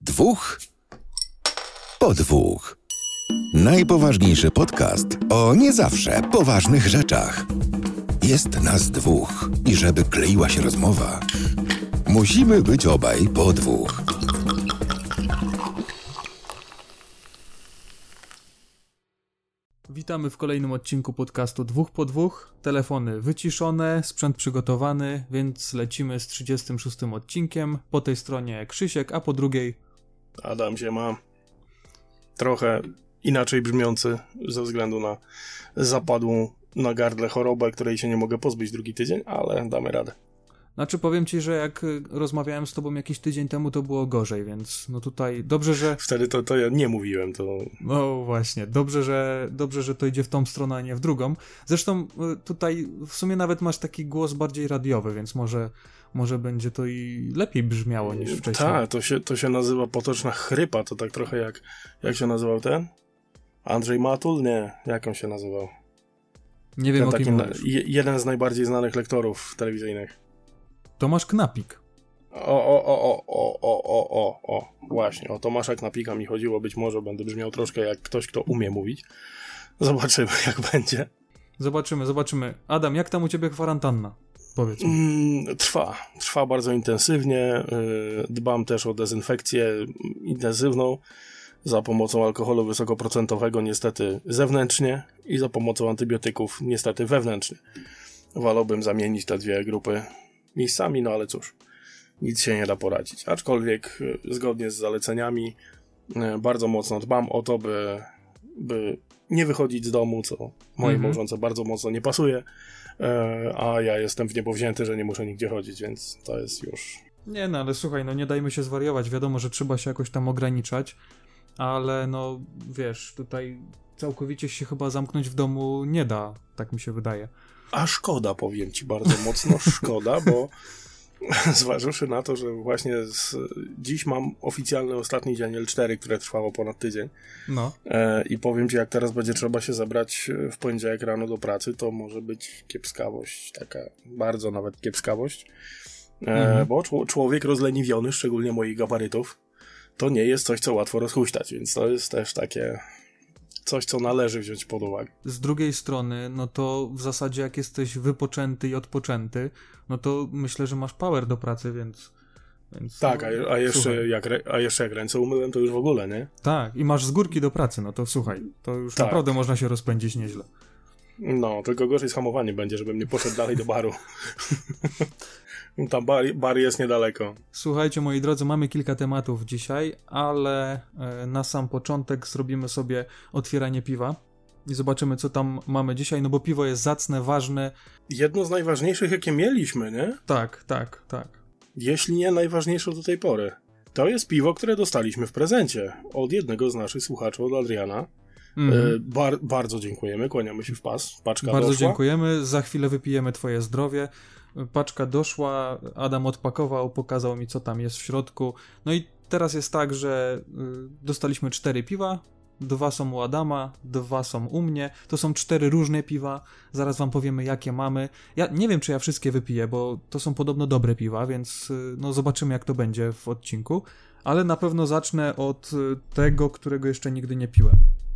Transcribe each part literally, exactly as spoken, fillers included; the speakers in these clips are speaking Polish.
Dwóch po dwóch. Najpoważniejszy podcast o nie zawsze poważnych rzeczach. Jest nas dwóch i żeby kleiła się rozmowa, musimy być obaj po dwóch. Witamy w kolejnym odcinku podcastu Dwóch po dwóch. Telefony wyciszone, sprzęt przygotowany, więc lecimy z trzydziestym szóstym odcinkiem. Po tej stronie Krzysiek, a po drugiej Adam się ma trochę inaczej brzmiący ze względu na zapadłą na gardle chorobę, której się nie mogę pozbyć drugi tydzień, ale damy radę. Znaczy powiem ci, że jak rozmawiałem z tobą jakiś tydzień temu, to było gorzej, więc no tutaj dobrze, że... Wtedy to, to ja nie mówiłem, to... No właśnie, dobrze że, dobrze, że to idzie w tą stronę, a nie w drugą. Zresztą tutaj w sumie nawet masz taki głos bardziej radiowy, więc może, może będzie to i lepiej brzmiało niż wcześniej. Tak, to się, to się nazywa potoczna chrypa, to tak trochę jak... Jak się nazywał ten? Andrzej Matul? Nie, jak on się nazywał? Nie wiem, ten o kim taki, mówisz. jeden z najbardziej znanych lektorów telewizyjnych. Tomasz Knapik. O, o, o, o, o, o, o, o, o, właśnie, o Tomasza Knapika mi chodziło, być może będę brzmiał troszkę jak ktoś, kto umie mówić. Zobaczymy, jak będzie. Zobaczymy, zobaczymy. Adam, jak tam u ciebie kwarantanna? Powiedz mi. Mm, trwa, trwa bardzo intensywnie, yy, dbam też o dezynfekcję intensywną za pomocą alkoholu wysokoprocentowego niestety zewnętrznie i za pomocą antybiotyków niestety wewnętrznie. Wolałbym zamienić te dwie grupy miejscami, no ale cóż, nic się nie da poradzić. Aczkolwiek y, zgodnie z zaleceniami y, bardzo mocno dbam o to, by, by nie wychodzić z domu, co mojej mm-hmm. małżonce bardzo mocno nie pasuje, y, a ja jestem w niebo wzięty, że nie muszę nigdzie chodzić, więc to jest już... Nie no, ale słuchaj, no nie dajmy się zwariować, wiadomo, że trzeba się jakoś tam ograniczać, ale no wiesz, tutaj całkowicie się chyba zamknąć w domu nie da, tak mi się wydaje. A szkoda, powiem ci bardzo mocno szkoda, bo zważywszy na to, że właśnie z, dziś mam oficjalny ostatni dzień L cztery, które trwało ponad tydzień. No. E, I powiem ci, jak teraz będzie trzeba się zabrać w poniedziałek rano do pracy, to może być kiepskawość, taka bardzo nawet kiepskawość. E, mhm. Bo czł- człowiek rozleniwiony, szczególnie moich gabarytów, to nie jest coś, co łatwo rozhuśtać, więc to jest też takie... Coś, co należy wziąć pod uwagę. Z drugiej strony, no to w zasadzie jak jesteś wypoczęty i odpoczęty, no to myślę, że masz power do pracy, więc... więc tak, no, a, a, jeszcze jak, a jeszcze jak ręce umyłem, to już w ogóle, nie? Tak, i masz z górki do pracy, no to słuchaj, to już tak. Naprawdę można się rozpędzić nieźle. No, tylko gorzej z hamowaniem będzie, żebym nie poszedł dalej do baru. Tam bar, bar jest niedaleko. Słuchajcie, moi drodzy, mamy kilka tematów dzisiaj, ale e, na sam początek zrobimy sobie otwieranie piwa i zobaczymy, co tam mamy dzisiaj, no bo piwo jest zacne, ważne. Jedno z najważniejszych, jakie mieliśmy, nie? Tak, tak, tak. Jeśli nie najważniejsze do tej pory. To jest piwo, które dostaliśmy w prezencie od jednego z naszych słuchaczy, od Adriana. Mm. E, bar, bardzo dziękujemy, kłaniamy się w pas. Paczka bardzo doszła. Dziękujemy, za chwilę wypijemy twoje zdrowie. Paczka doszła, Adam odpakował, pokazał mi, co tam jest w środku. No i teraz jest tak, że y, dostaliśmy cztery piwa, dwa są u Adama, dwa są u mnie. To są cztery różne piwa, zaraz wam powiemy, jakie mamy. Ja nie wiem, czy ja wszystkie wypiję, bo to są podobno dobre piwa, więc y, no zobaczymy, jak to będzie w odcinku. Ale na pewno zacznę od y, tego, którego jeszcze nigdy nie piłem.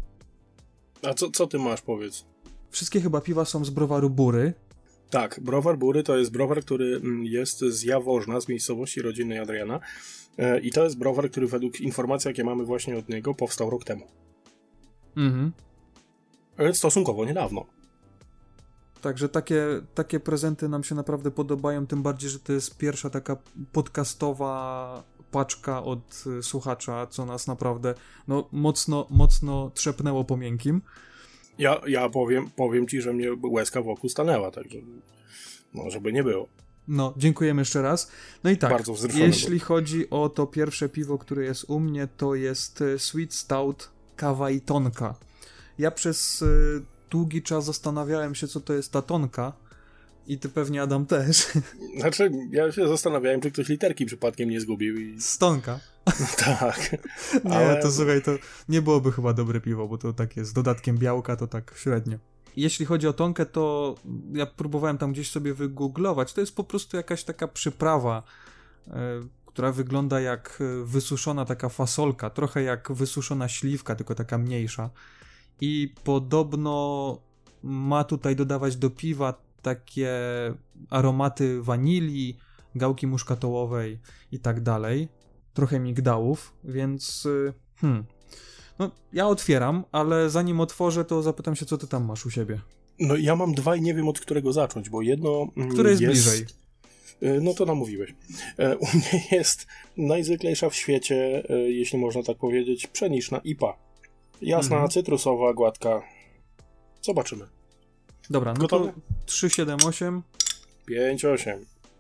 A co, co ty masz, powiedz? Wszystkie chyba piwa są z browaru Bury. Tak, browar Bury to jest browar, który jest z Jaworzna, z miejscowości rodzinnej Adriana i to jest browar, który według informacji, jakie mamy właśnie od niego, powstał rok temu. Mhm. Więc stosunkowo niedawno. Także takie, takie prezenty nam się naprawdę podobają, tym bardziej, że to jest pierwsza taka podcastowa paczka od słuchacza, co nas naprawdę no, mocno, mocno trzepnęło po miękkim. Ja, ja powiem, powiem ci, że mnie łezka wokół stanęła, także no, żeby nie było. No, dziękujemy jeszcze raz. No i tak, bardzo jeśli był. chodzi o to pierwsze piwo, które jest u mnie, to jest Sweet Stout Kawa i Tonka. Ja przez y, długi czas zastanawiałem się, co to jest ta tonka i ty pewnie, Adam, też. Znaczy, ja się zastanawiałem, czy ktoś literki przypadkiem nie zgubił. I... Stonka. No, tak. Nie, ale... to słuchaj, to nie byłoby chyba dobre piwo, bo to takie z dodatkiem białka, to tak średnio. Jeśli chodzi o tonkę, to ja próbowałem tam gdzieś sobie wygooglować. To jest po prostu jakaś taka przyprawa, która wygląda jak wysuszona taka fasolka, trochę jak wysuszona śliwka, tylko taka mniejsza. I podobno ma tutaj dodawać do piwa takie aromaty wanilii, gałki muszkatołowej i tak dalej. Trochę migdałów, więc hmm. No, ja otwieram, ale zanim otworzę, to zapytam się, co ty tam masz u siebie. No ja mam dwa i nie wiem, od którego zacząć, bo jedno Które jest, jest bliżej? No to nam mówiłeś. U mnie jest najzwyklejsza w świecie, jeśli można tak powiedzieć, pszeniczna I P A. Jasna, mhm. cytrusowa, gładka. Zobaczymy. Dobra, no Gotowy? To trzy, siedem, osiem. pięć, osiem.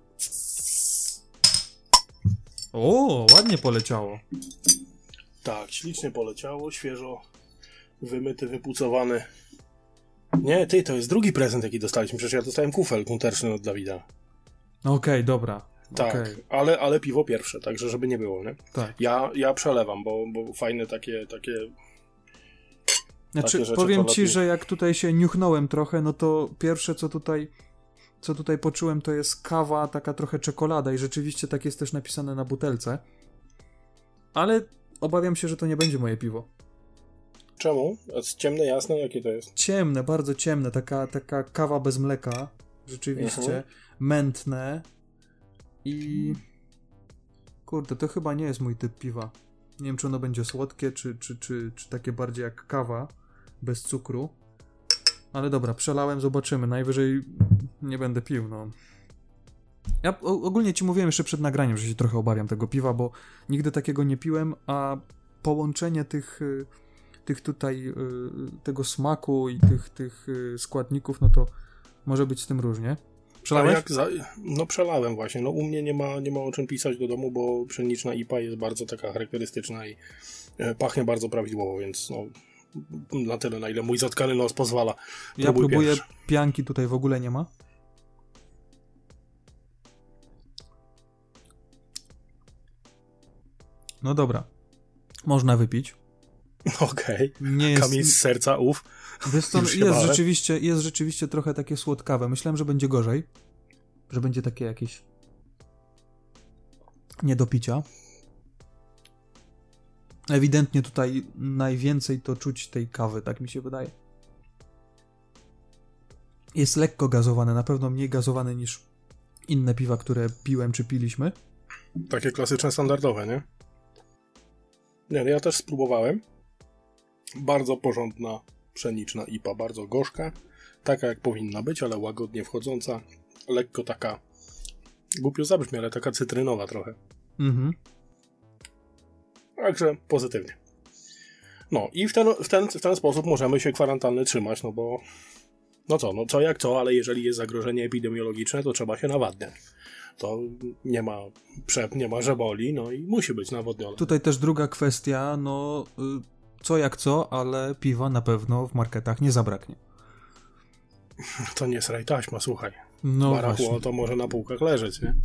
O, ładnie poleciało. Tak, ślicznie poleciało, świeżo wymyty, wypucowany. Nie, ty, to jest drugi prezent, jaki dostaliśmy. Przecież ja dostałem kufel punterczny od Dawida. Okej, okay, dobra. Tak, okay. ale, ale piwo pierwsze, także żeby nie było, nie? Tak. Ja, ja przelewam, bo, bo fajne takie, takie... Znaczy, takie rzeczy, powiem ci, lepiej... że jak tutaj się niuchnąłem trochę, no to pierwsze, co tutaj co tutaj poczułem, to jest kawa, taka trochę czekolada i rzeczywiście tak jest też napisane na butelce. Ale obawiam się, że to nie będzie moje piwo. Czemu? Jest ciemne, jasne? Jakie to jest? Ciemne, bardzo ciemne. Taka, taka kawa bez mleka. Rzeczywiście. Mhm. Mętne. I... Kurde, to chyba nie jest mój typ piwa. Nie wiem, czy ono będzie słodkie, czy, czy, czy, czy takie bardziej jak kawa. Bez cukru. Ale dobra, przelałem, zobaczymy. Najwyżej nie będę pił, no. Ja ogólnie ci mówiłem jeszcze przed nagraniem, że się trochę obawiam tego piwa, bo nigdy takiego nie piłem, a połączenie tych, tych tutaj, tego smaku i tych, tych składników, no to może być z tym różnie. Przelałeś? Jak za... No przelałem właśnie. No u mnie nie ma, nie ma o czym pisać do domu, bo pszeniczna I P A jest bardzo taka charakterystyczna i pachnie bardzo prawidłowo, więc no na tyle, na ile mój zatkany nos pozwala. Ja Próbuj próbuję, pierwszy. Pianki tutaj w ogóle nie ma. No dobra. Można wypić. Okej. Okay. Jest... Kamień z serca, uf. Wiesz co, jest rzeczywiście, jest rzeczywiście trochę takie słodkawe. Myślałem, że będzie gorzej. Że będzie takie jakieś nie do picia. Ewidentnie tutaj najwięcej to czuć tej kawy, tak mi się wydaje. Jest lekko gazowane, na pewno mniej gazowane niż inne piwa, które piłem czy piliśmy. Takie klasyczne, standardowe, nie? Nie, no ja też spróbowałem. Bardzo porządna pszeniczna I P A, bardzo gorzka, taka jak powinna być, ale łagodnie wchodząca, lekko taka, głupio zabrzmi, ale taka cytrynowa trochę. Mhm. Także pozytywnie. No i w ten, w, ten, w ten sposób możemy się kwarantanny trzymać, no bo no co, no co jak co, ale jeżeli jest zagrożenie epidemiologiczne, to trzeba się nawadniać. To nie ma przep, nie ma żeboli, no i musi być nawodnione. Tutaj też druga kwestia, no co jak co, ale piwa na pewno w marketach nie zabraknie. To nie sraj taśma, słuchaj. No Barachło właśnie. To może na półkach leżeć, nie?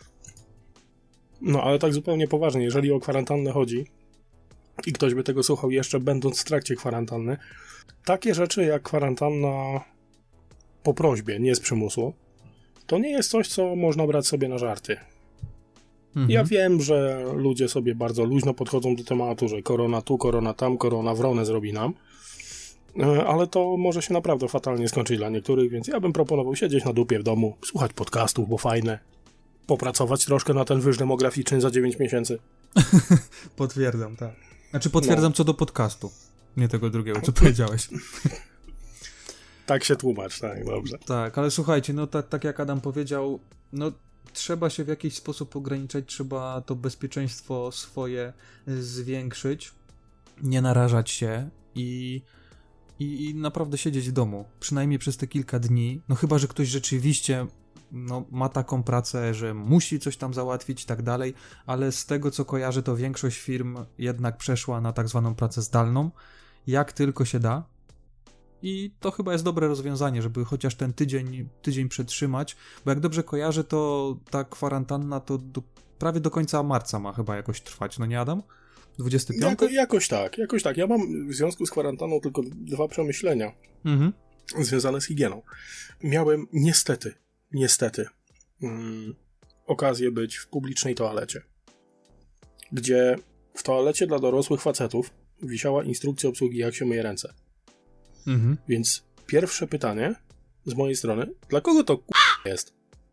No ale tak zupełnie poważnie, jeżeli o kwarantannę chodzi i ktoś by tego słuchał jeszcze będąc w trakcie kwarantanny, takie rzeczy jak kwarantanna po prośbie, nie z przymusu, to nie jest coś, co można brać sobie na żarty. Mhm. Ja wiem, że ludzie sobie bardzo luźno podchodzą do tematu, że korona tu, korona tam, korona wronę zrobi nam, ale to może się naprawdę fatalnie skończyć dla niektórych, więc ja bym proponował siedzieć na dupie w domu, słuchać podcastów, bo fajne, popracować troszkę na ten wyż demograficzny za dziewięć miesięcy. Potwierdzam, tak. Znaczy potwierdzam no. Co do podcastu, nie tego drugiego, co powiedziałeś. Tak się tłumacz, tak, dobrze. Tak, ale słuchajcie, no tak, tak jak Adam powiedział, no trzeba się w jakiś sposób ograniczać, trzeba to bezpieczeństwo swoje zwiększyć, nie narażać się i, i, i naprawdę siedzieć w domu, przynajmniej przez te kilka dni, no chyba, że ktoś rzeczywiście no, ma taką pracę, że musi coś tam załatwić i tak dalej, ale z tego, co kojarzę, to większość firm jednak przeszła na tak zwaną pracę zdalną, jak tylko się da. I to chyba jest dobre rozwiązanie, żeby chociaż ten tydzień, tydzień przetrzymać, bo jak dobrze kojarzę, to ta kwarantanna to do, prawie do końca marca ma chyba jakoś trwać, no nie Adam? dwudziesty piąty? Jako, jakoś tak, jakoś tak. Ja mam w związku z kwarantanną tylko dwa przemyślenia mhm. związane z higieną. Miałem niestety, niestety mm, okazję być w publicznej toalecie. gdzie w toalecie dla dorosłych facetów wisiała instrukcja obsługi, jak się myje ręce. Mhm. Więc pierwsze pytanie z mojej strony, dla kogo to k***a jest?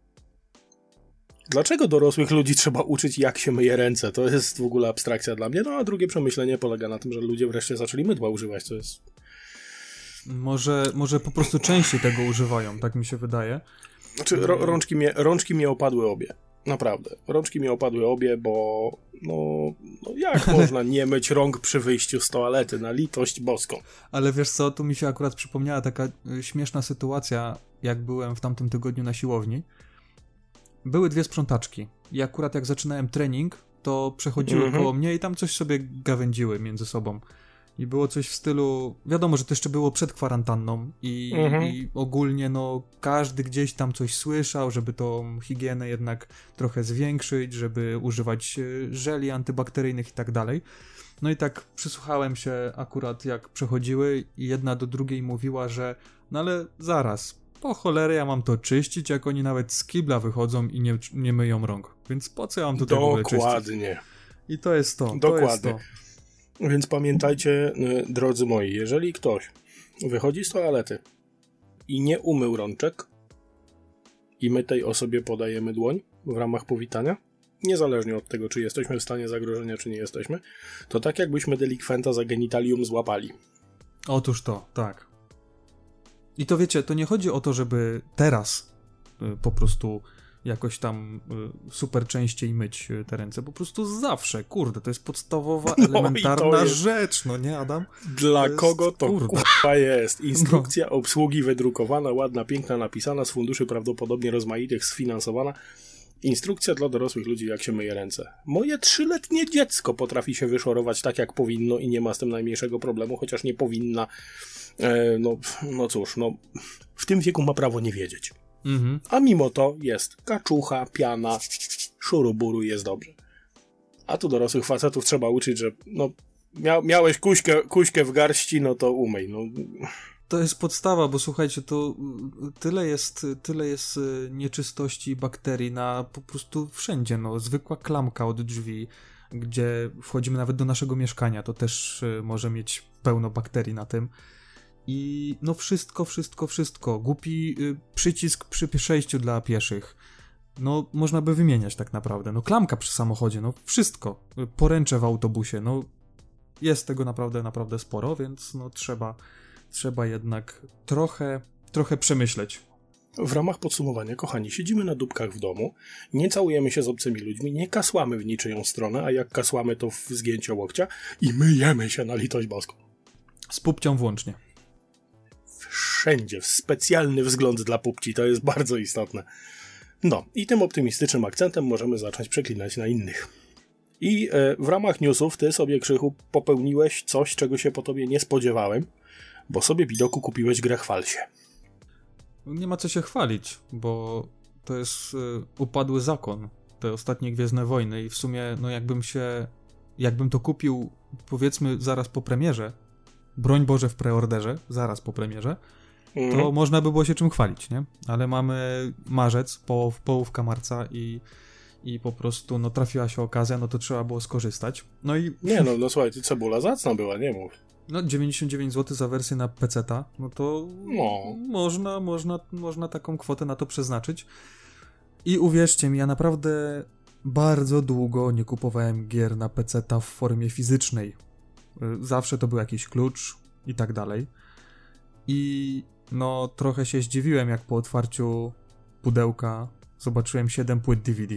Dlaczego dorosłych ludzi trzeba uczyć, jak się myje ręce? To jest w ogóle abstrakcja dla mnie. No a drugie przemyślenie polega na tym, że ludzie wreszcie zaczęli mydła używać, co jest... Może, może po prostu częściej tego używają, tak mi się wydaje. Znaczy, ro- rączki, mnie, rączki mnie opadły obie. Naprawdę. Rączki mi opadły obie, bo no, no jak można nie myć rąk przy wyjściu z toalety, na litość boską. Ale wiesz co, tu mi się akurat przypomniała taka śmieszna sytuacja, jak byłem w tamtym tygodniu na siłowni. Były dwie sprzątaczki i akurat jak zaczynałem trening, to przechodziły Mhm. koło mnie i tam coś sobie gawędziły między sobą. I było coś w stylu, wiadomo, że to jeszcze było przed kwarantanną i, Mhm. i ogólnie no każdy gdzieś tam coś słyszał, żeby tą higienę jednak trochę zwiększyć, żeby używać e, żeli antybakteryjnych i tak dalej. No i tak przysłuchałem się akurat jak przechodziły i jedna do drugiej mówiła, że no ale zaraz, po cholerę ja mam to czyścić, jak oni nawet z kibla wychodzą i nie, nie myją rąk. Więc po co ja mam tutaj w ogóle czyścić? Dokładnie. I to jest to. Dokładnie. To jest to. Więc pamiętajcie, y, drodzy moi, jeżeli ktoś wychodzi z toalety i nie umył rączek i my tej osobie podajemy dłoń w ramach powitania, niezależnie od tego, czy jesteśmy w stanie zagrożenia, czy nie jesteśmy, to tak jakbyśmy delikwenta za genitalium złapali. Otóż to, tak. I to wiecie, to nie chodzi o to, żeby teraz y, po prostu jakoś tam y, super częściej myć y, te ręce, po prostu zawsze, kurde, to jest podstawowa, No elementarna i to jest... rzecz, no nie, Adam? Dla To jest- kogo to kurde. kurwa jest? Instrukcja obsługi wydrukowana, ładna, piękna, napisana, z funduszy prawdopodobnie rozmaitych sfinansowana. Instrukcja dla dorosłych ludzi, jak się myje ręce. Moje trzyletnie dziecko potrafi się wyszorować tak, jak powinno i nie ma z tym najmniejszego problemu, chociaż nie powinna. E, no, no cóż, no, w tym wieku ma prawo nie wiedzieć. Mhm. A mimo to jest kaczucha, piana, szuruburu i jest dobrze. A tu dorosłych facetów trzeba uczyć, że no, mia, miałeś kuśkę, kuśkę w garści, no to umyj. No. To jest podstawa, bo słuchajcie, to y, tyle jest, tyle jest y, nieczystości i bakterii na po prostu wszędzie, no, zwykła klamka od drzwi, gdzie wchodzimy nawet do naszego mieszkania, to też y, może mieć pełno bakterii na tym. I no wszystko, wszystko, wszystko. Głupi y, przycisk przy przejściu dla pieszych. No można by wymieniać tak naprawdę. No klamka przy samochodzie, no wszystko. Y, Poręcze w autobusie, no jest tego naprawdę, naprawdę sporo, więc no trzeba, trzeba jednak trochę, trochę przemyśleć. W ramach podsumowania, kochani, siedzimy na dupkach w domu, nie całujemy się z obcymi ludźmi, nie kasłamy w niczyją stronę, a jak kasłamy to w zgięcie łokcia i myjemy się na litość boską. Z pupcią włącznie. Wszędzie, specjalny wzgląd dla pupci, to jest bardzo istotne. No, i tym optymistycznym akcentem możemy zacząć przeklinać na innych. I e, w ramach newsów ty sobie, Krzychu, popełniłeś coś, czego się po tobie nie spodziewałem, bo sobie, widoku, kupiłeś grę Chwal się. Nie ma co się chwalić, bo to jest y, upadły zakon, te ostatnie Gwiezdne Wojny i w sumie, no jakbym się, jakbym to kupił, powiedzmy, zaraz po premierze, broń Boże w preorderze, zaraz po premierze, to Mhm. można by było się czym chwalić, nie? Ale mamy marzec, połow, połówka marca i, i po prostu, no trafiła się okazja, no to trzeba było skorzystać. No i Nie no, no słuchaj, ty cebula zacna była, nie mów. no dziewięćdziesiąt dziewięć złotych za wersję na peceta, no to No. można, można, można taką kwotę na to przeznaczyć. I uwierzcie mi, ja naprawdę bardzo długo nie kupowałem gier na peceta w formie fizycznej. Zawsze to był jakiś klucz i tak dalej. I no trochę się zdziwiłem, jak po otwarciu pudełka zobaczyłem siedem płyt D V D.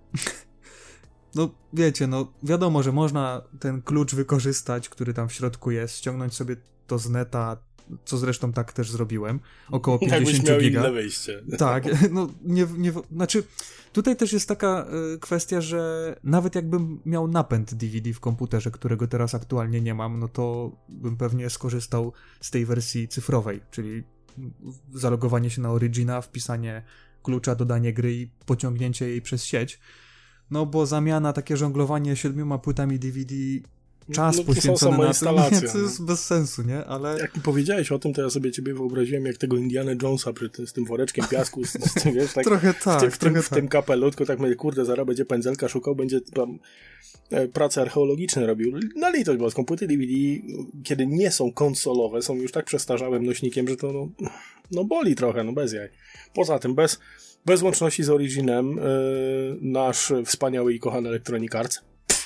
No wiecie, no wiadomo, że można ten klucz wykorzystać, który tam w środku jest, ściągnąć sobie to z neta, co zresztą tak też zrobiłem, około Jakbyś pięćdziesiąt miał giga. inne wyjście. Tak, no nie, nie, znaczy tutaj też jest taka y, kwestia, że nawet jakbym miał napęd D V D w komputerze, którego teraz aktualnie nie mam, no to bym pewnie skorzystał z tej wersji cyfrowej, czyli zalogowanie się na Origina, wpisanie klucza, dodanie gry i pociągnięcie jej przez sieć. No bo zamiana, takie żonglowanie siedmioma płytami D V D czas no, poświęcony na to, nie, to jest no. bez sensu, nie? Ale... Jak mi powiedziałeś o tym, to ja sobie ciebie wyobraziłem jak tego Indiana Jonesa przy tym, z tym woreczkiem piasku, z, z tym, wiesz, tak, trochę tak, w tym, w tym, trochę w tym kapelutku, tak mówię, kurde, zaraz będzie pędzelka szukał, będzie tam e, prace archeologiczne robił. Na litość boską, płyty D V D, kiedy nie są konsolowe, są już tak przestarzałym nośnikiem, że to no, no boli trochę, no bez jaj. Poza tym, bez, bez łączności z Originem, e, nasz wspaniały i kochany Electronic Arts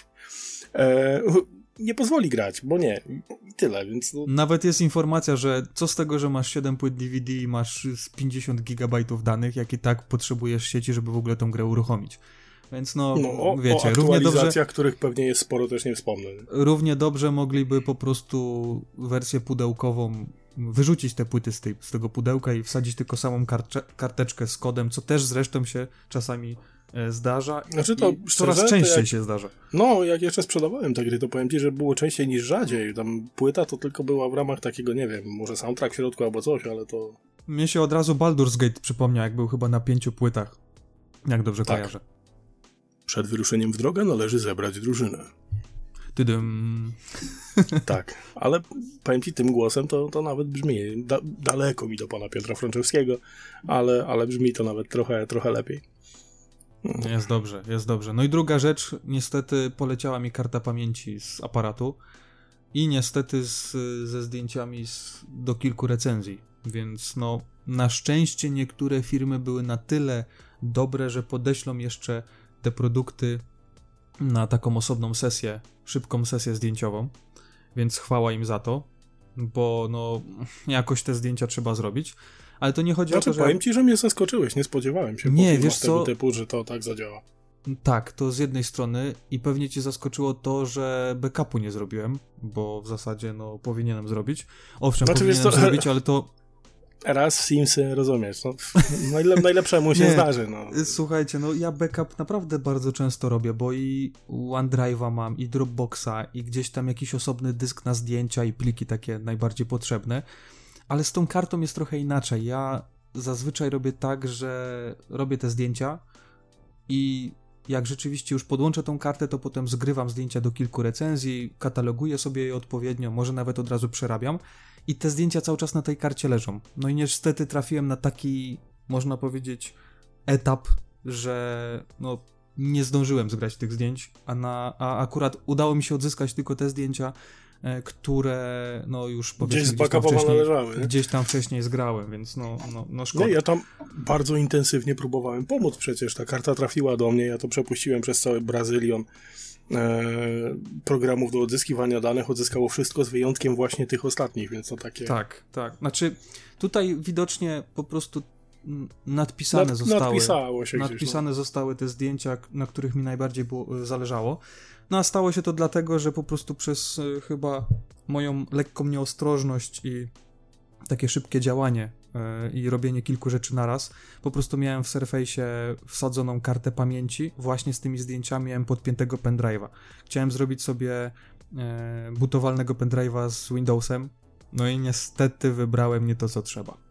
e, nie pozwoli grać, bo nie. I tyle, więc... No... Nawet jest informacja, że co z tego, że masz siedem płyt D V D i masz pięćdziesiąt gigabajtów danych, jak i tak potrzebujesz sieci, żeby w ogóle tą grę uruchomić. Więc no, no o, wiecie, o równie dobrze... których pewnie jest sporo, też nie wspomnę. Nie? Równie dobrze mogliby po prostu wersję pudełkową wyrzucić te płyty z, tej, z tego pudełka i wsadzić tylko samą karcze, karteczkę z kodem, co też zresztą się czasami e, zdarza. Znaczy to i szczerze, coraz częściej jak, się zdarza. No, jak jeszcze sprzedawałem te gry, to powiem ci, że było częściej niż rzadziej. Tam płyta to tylko była w ramach takiego, nie wiem, może soundtrack w środku albo coś, ale to... Mnie się od razu Baldur's Gate przypomniał, jak był chyba na pięciu płytach. Jak dobrze tak. kojarzę. Przed wyruszeniem w drogę należy zebrać drużynę. Tydym. Tak, ale powiem ci, tym głosem to, to nawet brzmi, da, daleko mi do pana Piotra Frączewskiego, ale, ale brzmi to nawet trochę, trochę lepiej. Jest dobrze, jest dobrze. No i druga rzecz, niestety poleciała mi karta pamięci z aparatu i niestety z, ze zdjęciami z, do kilku recenzji, więc no na szczęście niektóre firmy były na tyle dobre, że podeślą jeszcze te produkty na taką osobną sesję, szybką sesję zdjęciową, więc chwała im za to, bo no jakoś te zdjęcia trzeba zrobić, ale to nie chodzi znaczy, o to, że... powiem ci, że mnie zaskoczyłeś, nie spodziewałem się nie, po wiesz tego co? typu, że to tak zadziała. Tak, to z jednej strony i pewnie cię zaskoczyło to, że backupu nie zrobiłem, bo w zasadzie no powinienem zrobić. Owszem, znaczy, powinienem wiesz co? zrobić, ale to... Raz Simsy, rozumiesz, no, najlep- najlepszemu się nie, zdarzy. No. Słuchajcie, no ja backup naprawdę bardzo często robię, bo i OneDrive'a mam, i Dropboxa, i gdzieś tam jakiś osobny dysk na zdjęcia i pliki takie najbardziej potrzebne, ale z tą kartą jest trochę inaczej. Ja zazwyczaj robię tak, że robię te zdjęcia i jak rzeczywiście już podłączę tą kartę, to potem zgrywam zdjęcia do kilku recenzji, kataloguję sobie je odpowiednio, może nawet od razu przerabiam i te zdjęcia cały czas na tej karcie leżą. No i niestety trafiłem na taki, można powiedzieć, etap, że no nie zdążyłem zgrać tych zdjęć, a, na, a akurat udało mi się odzyskać tylko te zdjęcia, e, które no już powiedzmy gdzieś, gdzieś tam, wcześniej, leżały, gdzieś tam wcześniej zgrałem, więc no, no, no szkoda. No ja tam bardzo intensywnie próbowałem pomóc przecież. Ta karta trafiła do mnie, ja to przepuściłem przez cały Brazylion e, programów do odzyskiwania danych, odzyskało wszystko z wyjątkiem właśnie tych ostatnich, więc to takie... Tak, tak. Znaczy tutaj widocznie po prostu nadpisane Nad, zostały nadpisało się nadpisane gdzieś, no. zostały te zdjęcia, na których mi najbardziej było, zależało. No a stało się to dlatego, że po prostu przez y, chyba moją lekką nieostrożność i takie szybkie działanie y, i robienie kilku rzeczy naraz, po prostu miałem w Surface'ie wsadzoną kartę pamięci właśnie z tymi zdjęciami, miałem podpiętego pendrive'a. Chciałem zrobić sobie y, bootowalnego pendrive'a z Windowsem, no i niestety wybrałem nie to, co trzeba.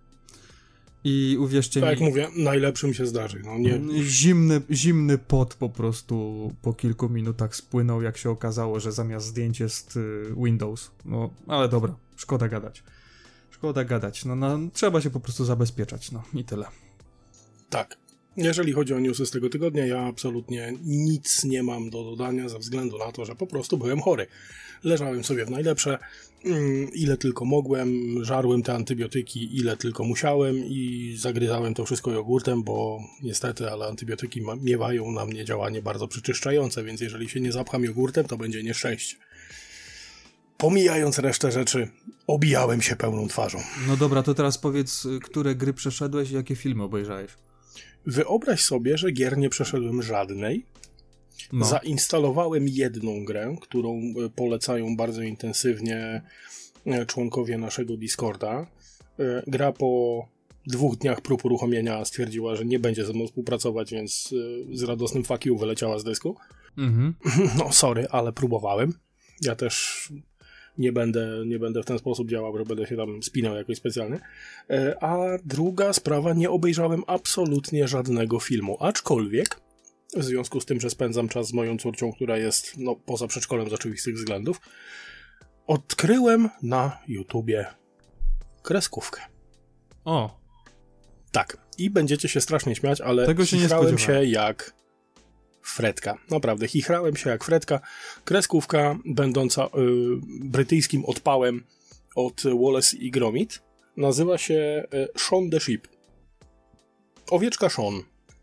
I uwierzcie tak mi... Tak jak mówię, najlepszym się zdarzy. No nie... zimny, zimny pot po prostu po kilku minutach spłynął, jak się okazało, że zamiast zdjęć jest Windows. No, ale dobra, szkoda gadać. Szkoda gadać. No, no trzeba się po prostu zabezpieczać, no i tyle. Tak. Jeżeli chodzi o newsy z tego tygodnia, ja absolutnie nic nie mam do dodania ze względu na to, że po prostu byłem chory. Leżałem sobie w najlepsze, ile tylko mogłem, żarłem te antybiotyki, ile tylko musiałem i zagryzałem to wszystko jogurtem, bo niestety, ale antybiotyki ma- miewają na mnie działanie bardzo przeczyszczające, więc jeżeli się nie zapcham jogurtem, to będzie nieszczęście. Pomijając resztę rzeczy, obijałem się pełną twarzą. No dobra, to teraz powiedz, które gry przeszedłeś i jakie filmy obejrzałeś? Wyobraź sobie, że gier nie przeszedłem żadnej. No. Zainstalowałem jedną grę, którą polecają bardzo intensywnie członkowie naszego Discorda. Gra po dwóch dniach prób uruchomienia stwierdziła, że nie będzie ze mną współpracować, więc z radosnym fuck you wyleciała z dysku. Mhm. No sorry, ale próbowałem. Ja też nie będę, nie będę w ten sposób działał, że będę się tam spinał jakoś specjalnie. A druga sprawa, nie obejrzałem absolutnie żadnego filmu, aczkolwiek w związku z tym, że spędzam czas z moją córcią, która jest no, poza przedszkolem z oczywistych względów, odkryłem na YouTubie kreskówkę. O. Tak. I będziecie się strasznie śmiać, ale Tego się chichrałem nie się jak Fredka. Naprawdę, chichrałem się jak Fredka. Kreskówka będąca y, brytyjskim odpałem od Wallace i Gromit. Nazywa się y, Shaun the Sheep. Owieczka Shaun.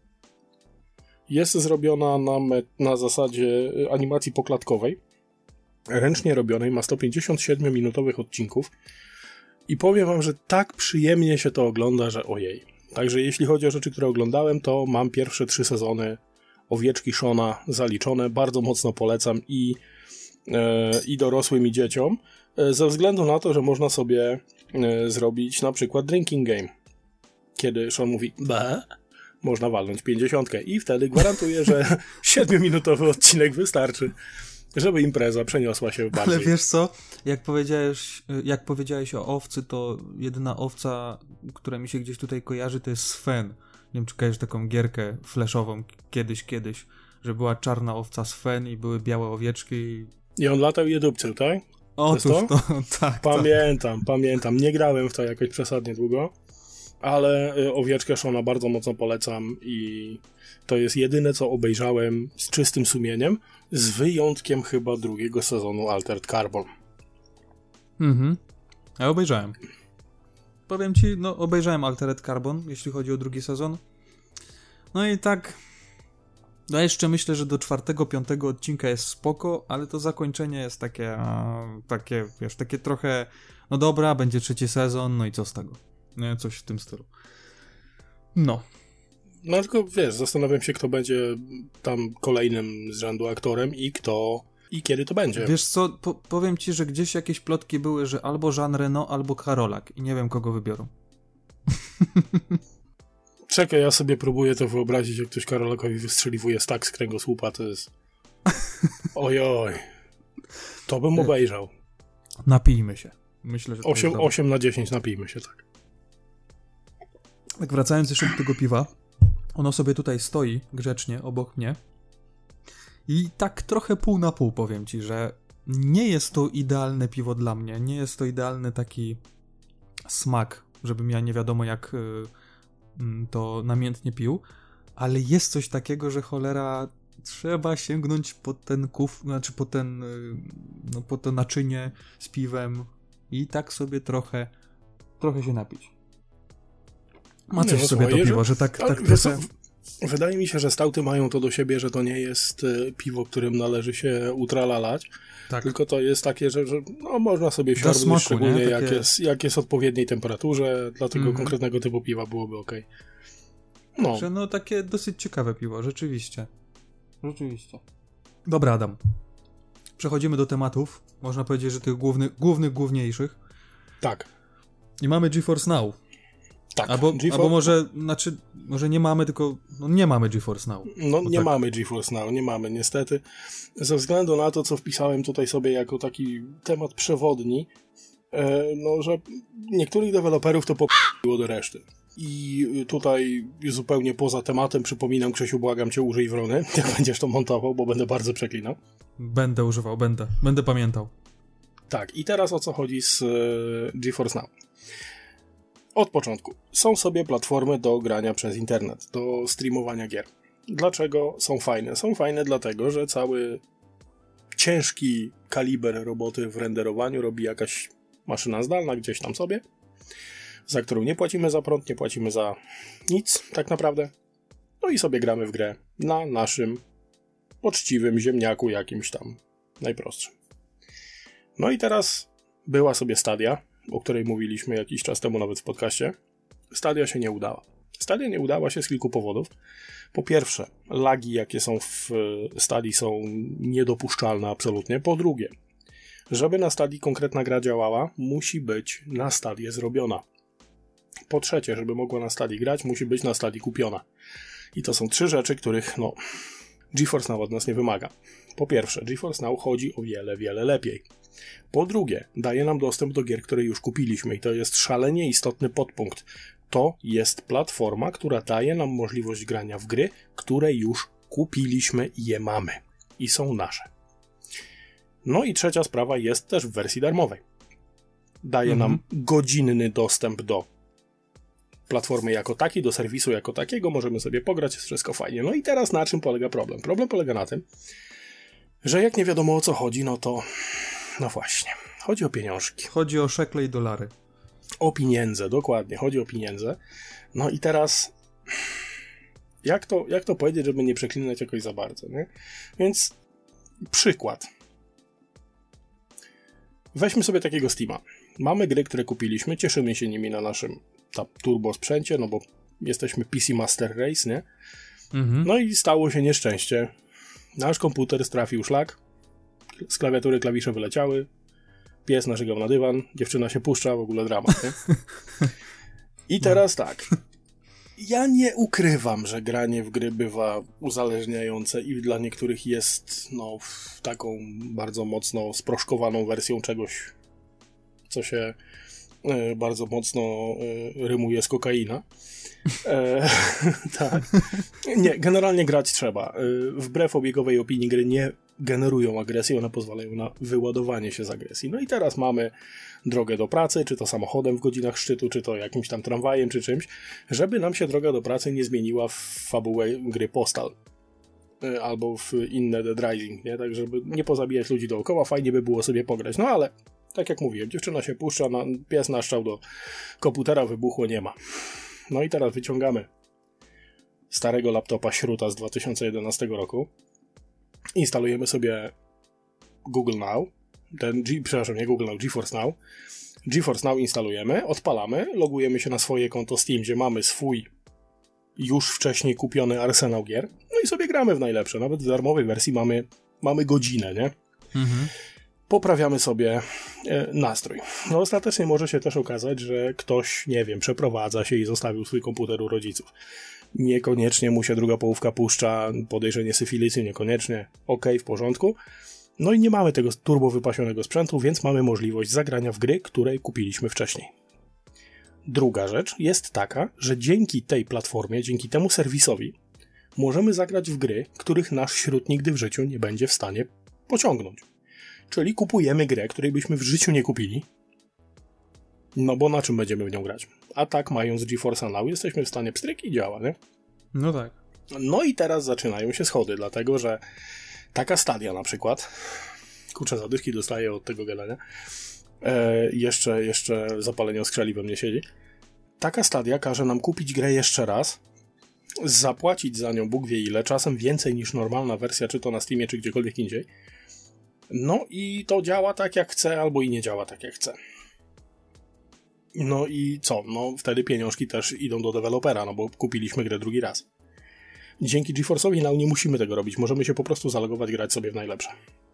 Jest zrobiona na, me- na zasadzie animacji poklatkowej. Ręcznie robionej. Ma sto pięćdziesiąt siedmiominutowych odcinków. I powiem wam, że tak przyjemnie się to ogląda, że ojej. Także jeśli chodzi o rzeczy, które oglądałem, to mam pierwsze trzy sezony Owieczki Shauna zaliczone. Bardzo mocno polecam i, e, i dorosłym, i dzieciom. E, ze względu na to, że można sobie e, zrobić na przykład drinking game. Kiedy Shaun mówi be, można walnąć pięćdziesiątkę i wtedy gwarantuję, że siedmiominutowy odcinek wystarczy, żeby impreza przeniosła się bardziej. Ale wiesz co, jak powiedziałeś, jak powiedziałeś o owcy, to jedyna owca, która mi się gdzieś tutaj kojarzy, to jest Sven. Nie wiem, czy kojarzysz taką gierkę flashową kiedyś, kiedyś, że była czarna owca Sven i były białe owieczki. I, I on latał i je dupcył, tak? Otóż to? to, tak. Pamiętam, tak. pamiętam. Nie grałem w to jakoś przesadnie długo, ale Owieczkę Shauna bardzo mocno polecam i to jest jedyne, co obejrzałem z czystym sumieniem, z wyjątkiem chyba drugiego sezonu Altered Carbon. Mhm. Ja obejrzałem. Powiem ci, no obejrzałem Altered Carbon, jeśli chodzi o drugi sezon. No i tak, no jeszcze myślę, że do czwartego, piątego odcinka jest spoko, ale to zakończenie jest takie, a, takie, wiesz, takie trochę, no dobra, będzie trzeci sezon, no i co z tego? Nie, coś w tym stylu. No. No tylko wiesz, zastanawiam się, kto będzie tam kolejnym z rzędu aktorem i kto i kiedy to będzie. Wiesz co, po- powiem ci, że gdzieś jakieś plotki były, że albo Jean Reno, albo Karolak i nie wiem, kogo wybiorą. Czekaj, ja sobie próbuję to wyobrazić, jak ktoś Karolakowi wystrzeliwuje stak z kręgosłupa, to jest ojoj. To bym obejrzał. Napijmy się. Myślę, że to osiem, jest dobre. osiem na dziesięć napijmy się, tak. Tak wracając jeszcze do tego piwa, ono sobie tutaj stoi grzecznie obok mnie i tak trochę pół na pół powiem ci, że nie jest to idealne piwo dla mnie, nie jest to idealny taki smak, żebym ja nie wiadomo jak y, to namiętnie pił, ale jest coś takiego, że cholera trzeba sięgnąć po ten kuf, znaczy po ten, y, no po to naczynie z piwem i tak sobie trochę, trochę się napić. Ma coś Nie, w no, sobie słuchaj, to piwo, że, że tak, ale tak wiesz trochę... co, wydaje mi się, że stouty mają to do siebie, że to nie jest y, piwo, którym należy się utralalać, Tak. tylko to jest takie, że, że no, można sobie Dla siarnąć, smaku, szczególnie nie? jak, Takie- jest, jak jest odpowiedniej temperaturze, dla tego Mhm. konkretnego typu piwa byłoby okej. No, Że no takie dosyć ciekawe piwo, rzeczywiście. Rzeczywiście. Dobra, Adam. Przechodzimy do tematów. Można powiedzieć, że tych głównych, głównych, główniejszych. tak, I mamy GeForce Now. tak. Albo, GeForce- albo może, znaczy, może nie mamy, tylko no nie mamy GeForce Now. No Bo nie tak. mamy GeForce Now, nie mamy niestety. Ze względu na to, co wpisałem tutaj sobie jako taki temat przewodni, e, no, że niektórych deweloperów to popiło do reszty. I tutaj zupełnie poza tematem przypominam, Krzysiu, błagam cię, użyj wrony, jak będziesz to montował, bo będę bardzo przeklinał. Będę używał, będę. Będę pamiętał. Tak, i teraz o co chodzi z e, GeForce Now. Od początku. Są sobie platformy do grania przez internet, do streamowania gier. Dlaczego są fajne? Są fajne dlatego, że cały ciężki kaliber roboty w renderowaniu robi jakaś maszyna zdalna gdzieś tam sobie, za którą nie płacimy za prąd, nie płacimy za nic tak naprawdę. No i sobie gramy w grę na naszym poczciwym ziemniaku jakimś tam najprostszym. No i teraz była sobie Stadia, o której mówiliśmy jakiś czas temu nawet w podcaście. Stadia się nie udała. Stadia nie udała się z kilku powodów. Po pierwsze, lagi jakie są w Stadii są niedopuszczalne absolutnie. Po drugie, żeby na Stadii konkretna gra działała, musi być na Stadię zrobiona. Po trzecie, żeby mogła na Stadii grać, musi być na Stadii kupiona. I to są trzy rzeczy, których no GeForce Now od nas nie wymaga. Po pierwsze, GeForce Now chodzi o wiele, wiele lepiej. Po drugie, daje nam dostęp do gier, które już kupiliśmy i to jest szalenie istotny podpunkt. To jest platforma, która daje nam możliwość grania w gry, które już kupiliśmy i je mamy. I są nasze. No i trzecia sprawa jest też w wersji darmowej. Daje mhm. nam godzinny dostęp do platformy jako takiej, do serwisu jako takiego. Możemy sobie pograć, jest wszystko fajnie. No i teraz na czym polega problem? Problem polega na tym, że jak nie wiadomo o co chodzi, no to no właśnie, chodzi o pieniążki. Chodzi o szekle i dolary. O pieniądze, dokładnie, chodzi o pieniądze. No i teraz jak to, jak to powiedzieć, żeby nie przeklinać jakoś za bardzo, nie? Więc przykład. Weźmy sobie takiego Steama. Mamy gry, które kupiliśmy, cieszymy się nimi na naszym ta, turbo sprzęcie, no bo jesteśmy P C Master Race, nie? Mhm. No i stało się nieszczęście. Nasz komputer strafił szlak, z klawiatury klawisze wyleciały, pies narzygał na dywan, dziewczyna się puszcza, w ogóle dramat, nie? I teraz tak. Ja nie ukrywam, że granie w gry bywa uzależniające i dla niektórych jest no taką bardzo mocno sproszkowaną wersją czegoś, co się y, bardzo mocno y, rymuje z kokaina. E, tak. Nie, generalnie grać trzeba. Y, wbrew obiegowej opinii gry nie generują agresji, one pozwalają na wyładowanie się z agresji. No i teraz mamy drogę do pracy, czy to samochodem w godzinach szczytu, czy to jakimś tam tramwajem, czy czymś, żeby nam się droga do pracy nie zmieniła w fabułę gry Postal y, albo w inne Dead Rising, nie? Tak, żeby nie pozabijać ludzi dookoła, fajnie by było sobie pograć. No ale, tak jak mówiłem, dziewczyna się puszcza, na, pies naszczał do komputera, wybuchło, nie ma. No i teraz wyciągamy starego laptopa Śruta z dwa tysiące jedenastego roku, instalujemy sobie Google Now, ten, G, przepraszam, nie Google Now, GeForce Now. GeForce Now instalujemy, odpalamy, logujemy się na swoje konto Steam, gdzie mamy swój już wcześniej kupiony arsenał gier, no i sobie gramy w najlepsze. Nawet w darmowej wersji mamy, mamy godzinę, nie? Mhm. Poprawiamy sobie e, nastrój. No ostatecznie może się też okazać, że ktoś, nie wiem, przeprowadza się i zostawił swój komputer u rodziców. Niekoniecznie mu się druga połówka puszcza, podejrzenie syfilicy, niekoniecznie, okej, w porządku. No i nie mamy tego turbo wypasionego sprzętu, więc mamy możliwość zagrania w gry, które kupiliśmy wcześniej. Druga rzecz jest taka, że dzięki tej platformie, dzięki temu serwisowi możemy zagrać w gry, których nasz Śród nigdy w życiu nie będzie w stanie pociągnąć. Czyli kupujemy grę, której byśmy w życiu nie kupili, no bo na czym będziemy w nią grać? A tak, mając GeForce'a Now, jesteśmy w stanie pstryk i działa, nie? No tak. No i teraz zaczynają się schody, dlatego że taka Stadia na przykład, kurczę, zadyszki dostaję od tego gadania, e, jeszcze, jeszcze zapalenie oskrzeli we mnie siedzi. Taka Stadia każe nam kupić grę jeszcze raz, zapłacić za nią Bóg wie ile, czasem więcej niż normalna wersja, czy to na Steamie, czy gdziekolwiek indziej. No i to działa tak jak chce, albo i nie działa tak jak chce. No i co? No wtedy pieniążki też idą do dewelopera, no bo kupiliśmy grę drugi raz. Dzięki GeForce'owi Now nie musimy tego robić, możemy się po prostu zalogować, grać sobie w najlepsze.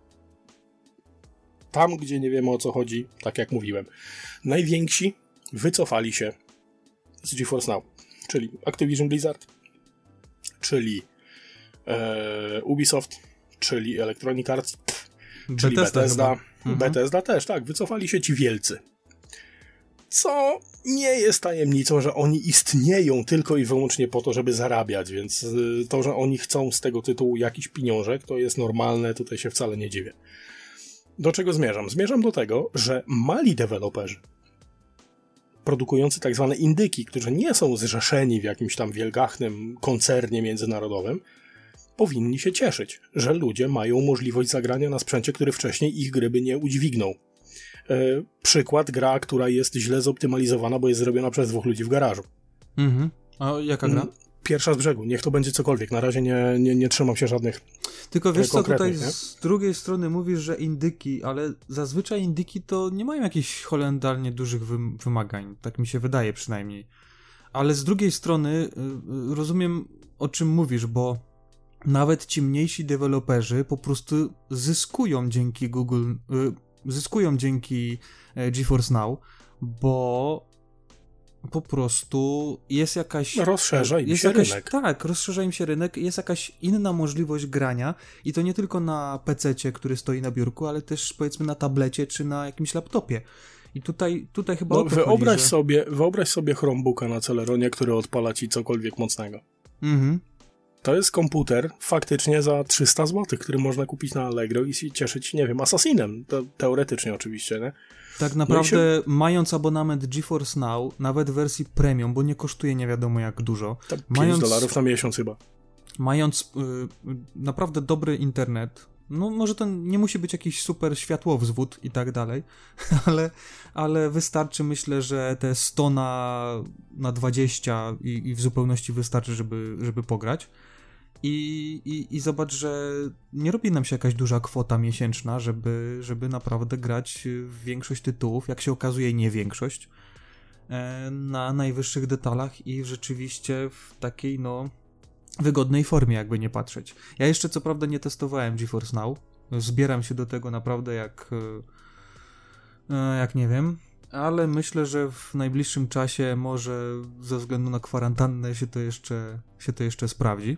Tam, gdzie nie wiemy o co chodzi, tak jak mówiłem, najwięksi wycofali się z GeForce Now, czyli Activision Blizzard, czyli e, Ubisoft, czyli Electronic Arts, pff, czyli Bethesda, Bethesda, mhm. Bethesda też, tak, wycofali się ci wielcy. Co nie jest tajemnicą, że oni istnieją tylko i wyłącznie po to, żeby zarabiać, więc to, że oni chcą z tego tytułu jakiś pieniążek, to jest normalne, tutaj się wcale nie dziwię. Do czego zmierzam? Zmierzam do tego, że mali deweloperzy, produkujący tak zwane indyki, którzy nie są zrzeszeni w jakimś tam wielgachnym koncernie międzynarodowym, powinni się cieszyć, że ludzie mają możliwość zagrania na sprzęcie, który wcześniej ich gry by nie udźwignął. Yy, przykład, gra, która jest źle zoptymalizowana, bo jest zrobiona przez dwóch ludzi w garażu. Mhm. A jaka gra? Pierwsza z brzegu, niech to będzie cokolwiek. Na razie nie, nie, nie trzymam się żadnych. Tylko wiesz co, tutaj nie? Z drugiej strony mówisz, że indyki, ale zazwyczaj indyki to nie mają jakichś horrendalnie dużych wymagań. Tak mi się wydaje przynajmniej. Ale z drugiej strony yy, rozumiem, o czym mówisz, bo nawet ci mniejsi deweloperzy po prostu zyskują dzięki Google, yy, zyskują dzięki GeForce Now, bo po prostu jest jakaś... Rozszerza im jest się jakaś, rynek. Tak, rozszerza im się rynek, jest jakaś inna możliwość grania i to nie tylko na pececie, który stoi na biurku, ale też powiedzmy na tablecie czy na jakimś laptopie. I tutaj, tutaj chyba no, o to wyobraź chodzi, że... sobie, wyobraź sobie Chromebooka na Celeronie, który odpala ci cokolwiek mocnego. Mhm. To jest komputer faktycznie za trzysta złotych, który można kupić na Allegro i się cieszyć, nie wiem, Assassinem. To teoretycznie oczywiście, nie? Tak naprawdę no się... mając abonament GeForce Now, nawet w wersji premium, bo nie kosztuje nie wiadomo jak dużo. pięć mając, dolarów na miesiąc chyba. Mając y, naprawdę dobry internet, no może to nie musi być jakiś super światłowzwód i tak dalej, ale, ale wystarczy, myślę, że te sto na, na dwadzieścia i, i w zupełności wystarczy, żeby, żeby pograć. I, i, I zobacz, że nie robi nam się jakaś duża kwota miesięczna, żeby, żeby naprawdę grać w większość tytułów, jak się okazuje nie większość, na najwyższych detalach i rzeczywiście w takiej no wygodnej formie, jakby nie patrzeć. Ja jeszcze co prawda nie testowałem GeForce Now, zbieram się do tego naprawdę jak jak nie wiem, ale myślę, że w najbliższym czasie może ze względu na kwarantannę się to jeszcze, się to jeszcze sprawdzi.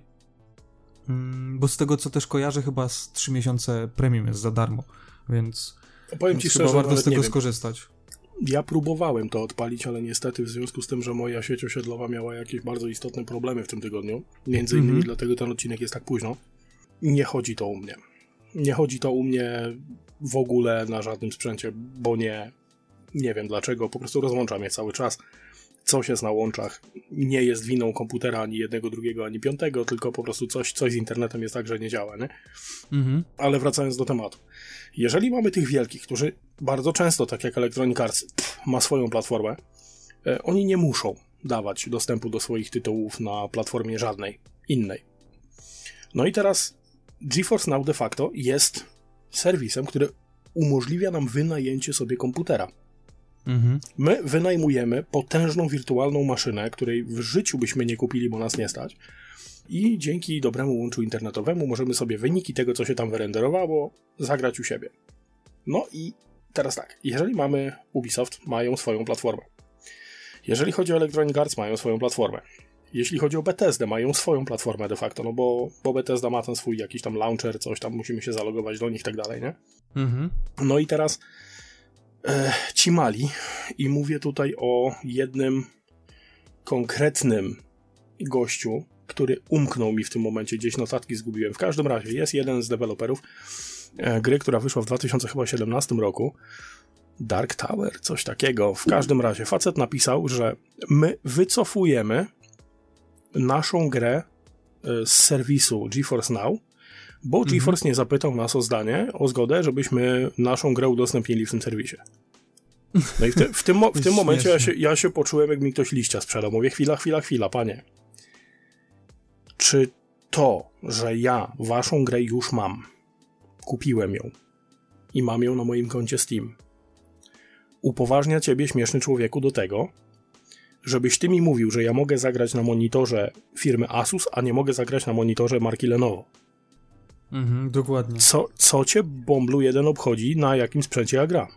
Bo z tego co też kojarzę, chyba z trzy miesiące premium jest za darmo, więc, powiem ci więc szczerze, chyba warto z tego skorzystać. Ja próbowałem to odpalić, ale niestety w związku z tym, że moja sieć osiedlowa miała jakieś bardzo istotne problemy w tym tygodniu, między innymi mm-hmm. dlatego ten odcinek jest tak późno, nie chodzi to u mnie. Nie chodzi to u mnie w ogóle na żadnym sprzęcie, bo nie, nie wiem dlaczego, po prostu rozłącza mnie cały czas. Coś jest na łączach, nie jest winą komputera ani jednego, drugiego, ani piątego, tylko po prostu coś, coś z internetem jest tak, że nie działa, nie? Mhm. Ale wracając do tematu. Jeżeli mamy tych wielkich, którzy bardzo często, tak jak Electronic Arts, pff, ma swoją platformę, e, oni nie muszą dawać dostępu do swoich tytułów na platformie żadnej innej. No i teraz GeForce Now de facto jest serwisem, który umożliwia nam wynajęcie sobie komputera. Mhm. My wynajmujemy potężną wirtualną maszynę, której w życiu byśmy nie kupili, bo nas nie stać, i dzięki dobremu łączu internetowemu możemy sobie wyniki tego, co się tam wyrenderowało, zagrać u siebie. No i teraz tak, jeżeli mamy Ubisoft, mają swoją platformę. Jeżeli chodzi o Electronic Arts, mają swoją platformę. Jeśli chodzi o Bethesdę, mają swoją platformę de facto, no bo, bo Bethesda ma ten swój jakiś tam launcher, coś tam, musimy się zalogować do nich i tak dalej, nie? Mhm. No i teraz e, ci mali, i mówię tutaj o jednym konkretnym gościu, który umknął mi w tym momencie, gdzieś notatki zgubiłem. W każdym razie jest jeden z deweloperów e, gry, która wyszła w dwa tysiące siedemnastym roku, Dark Tower, coś takiego. W każdym razie facet napisał, że my wycofujemy naszą grę z serwisu GeForce Now, bo mhm. GeForce nie zapytał nas o zdanie, o zgodę, żebyśmy naszą grę udostępnili w tym serwisie. No i w, te, w tym, mo- w tym momencie ja się, ja się poczułem, jak mi ktoś liścia sprzedał. Mówię, chwila, chwila, chwila, panie. Czy to, że ja waszą grę już mam, kupiłem ją i mam ją na moim koncie Steam, upoważnia ciebie, śmieszny człowieku, do tego, żebyś ty mi mówił, że ja mogę zagrać na monitorze firmy Asus, a nie mogę zagrać na monitorze marki Lenovo. Mhm, dokładnie. Co, co cię, bomblu jeden, obchodzi, na jakim sprzęcie ja gram?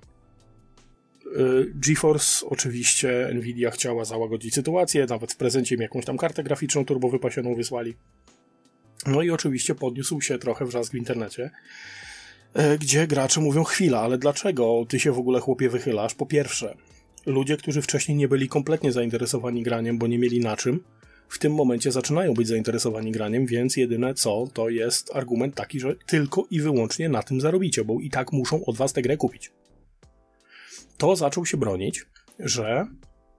Yy, GeForce, oczywiście, Nvidia chciała załagodzić sytuację, nawet w prezencie mi jakąś tam kartę graficzną turbo wypasioną wysłali. No i oczywiście podniósł się trochę wrzask w internecie, yy, gdzie gracze mówią, chwila, ale dlaczego ty się w ogóle, chłopie, wychylasz? Po pierwsze, ludzie, którzy wcześniej nie byli kompletnie zainteresowani graniem, bo nie mieli na czym, w tym momencie zaczynają być zainteresowani graniem, więc jedyne co, to jest argument taki, że tylko i wyłącznie na tym zarobicie, bo i tak muszą od was tę grę kupić. To zaczął się bronić, że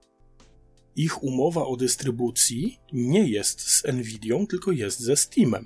ich umowa o dystrybucji nie jest z Nvidią, tylko jest ze Steamem.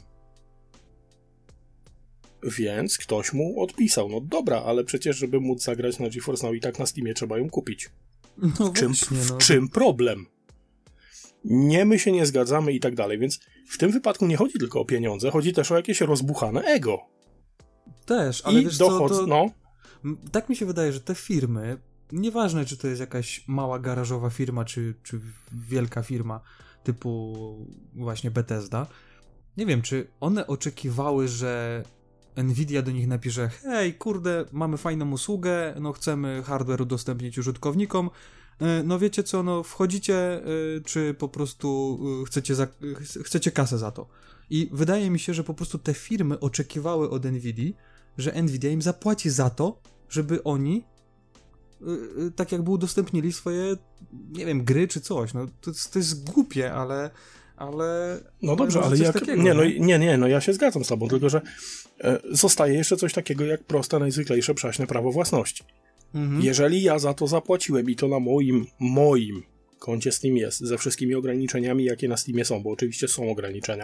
Więc ktoś mu odpisał, no dobra, ale przecież żeby móc zagrać na GeForce Now i tak na Steamie trzeba ją kupić. No w czym, właśnie, no. w czym problem? Nie, my się nie zgadzamy i tak dalej, więc w tym wypadku nie chodzi tylko o pieniądze, chodzi też o jakieś rozbuchane ego. Też, ale I wiesz dochod... co, to... no. Tak mi się wydaje, że te firmy, nieważne czy to jest jakaś mała garażowa firma, czy, czy wielka firma typu właśnie Bethesda, nie wiem, czy one oczekiwały, że Nvidia do nich napisze, hej, kurde, mamy fajną usługę, no chcemy hardware udostępnić użytkownikom, no wiecie co, no wchodzicie, czy po prostu chcecie, za, chcecie kasę za to. I wydaje mi się, że po prostu te firmy oczekiwały od Nvidii, że Nvidia im zapłaci za to, żeby oni tak jakby udostępnili swoje, nie wiem, gry czy coś. No to, to jest głupie, ale, ale... No dobrze, ale jak... Takiego, nie, no, nie, nie, no ja się zgadzam z tobą, tylko że e, zostaje jeszcze coś takiego jak proste, najzwyklejsze, przaśne prawo własności. Mhm. Jeżeli ja za to zapłaciłem i to na moim, moim koncie Steam jest, ze wszystkimi ograniczeniami, jakie na Steamie są, bo oczywiście są ograniczenia,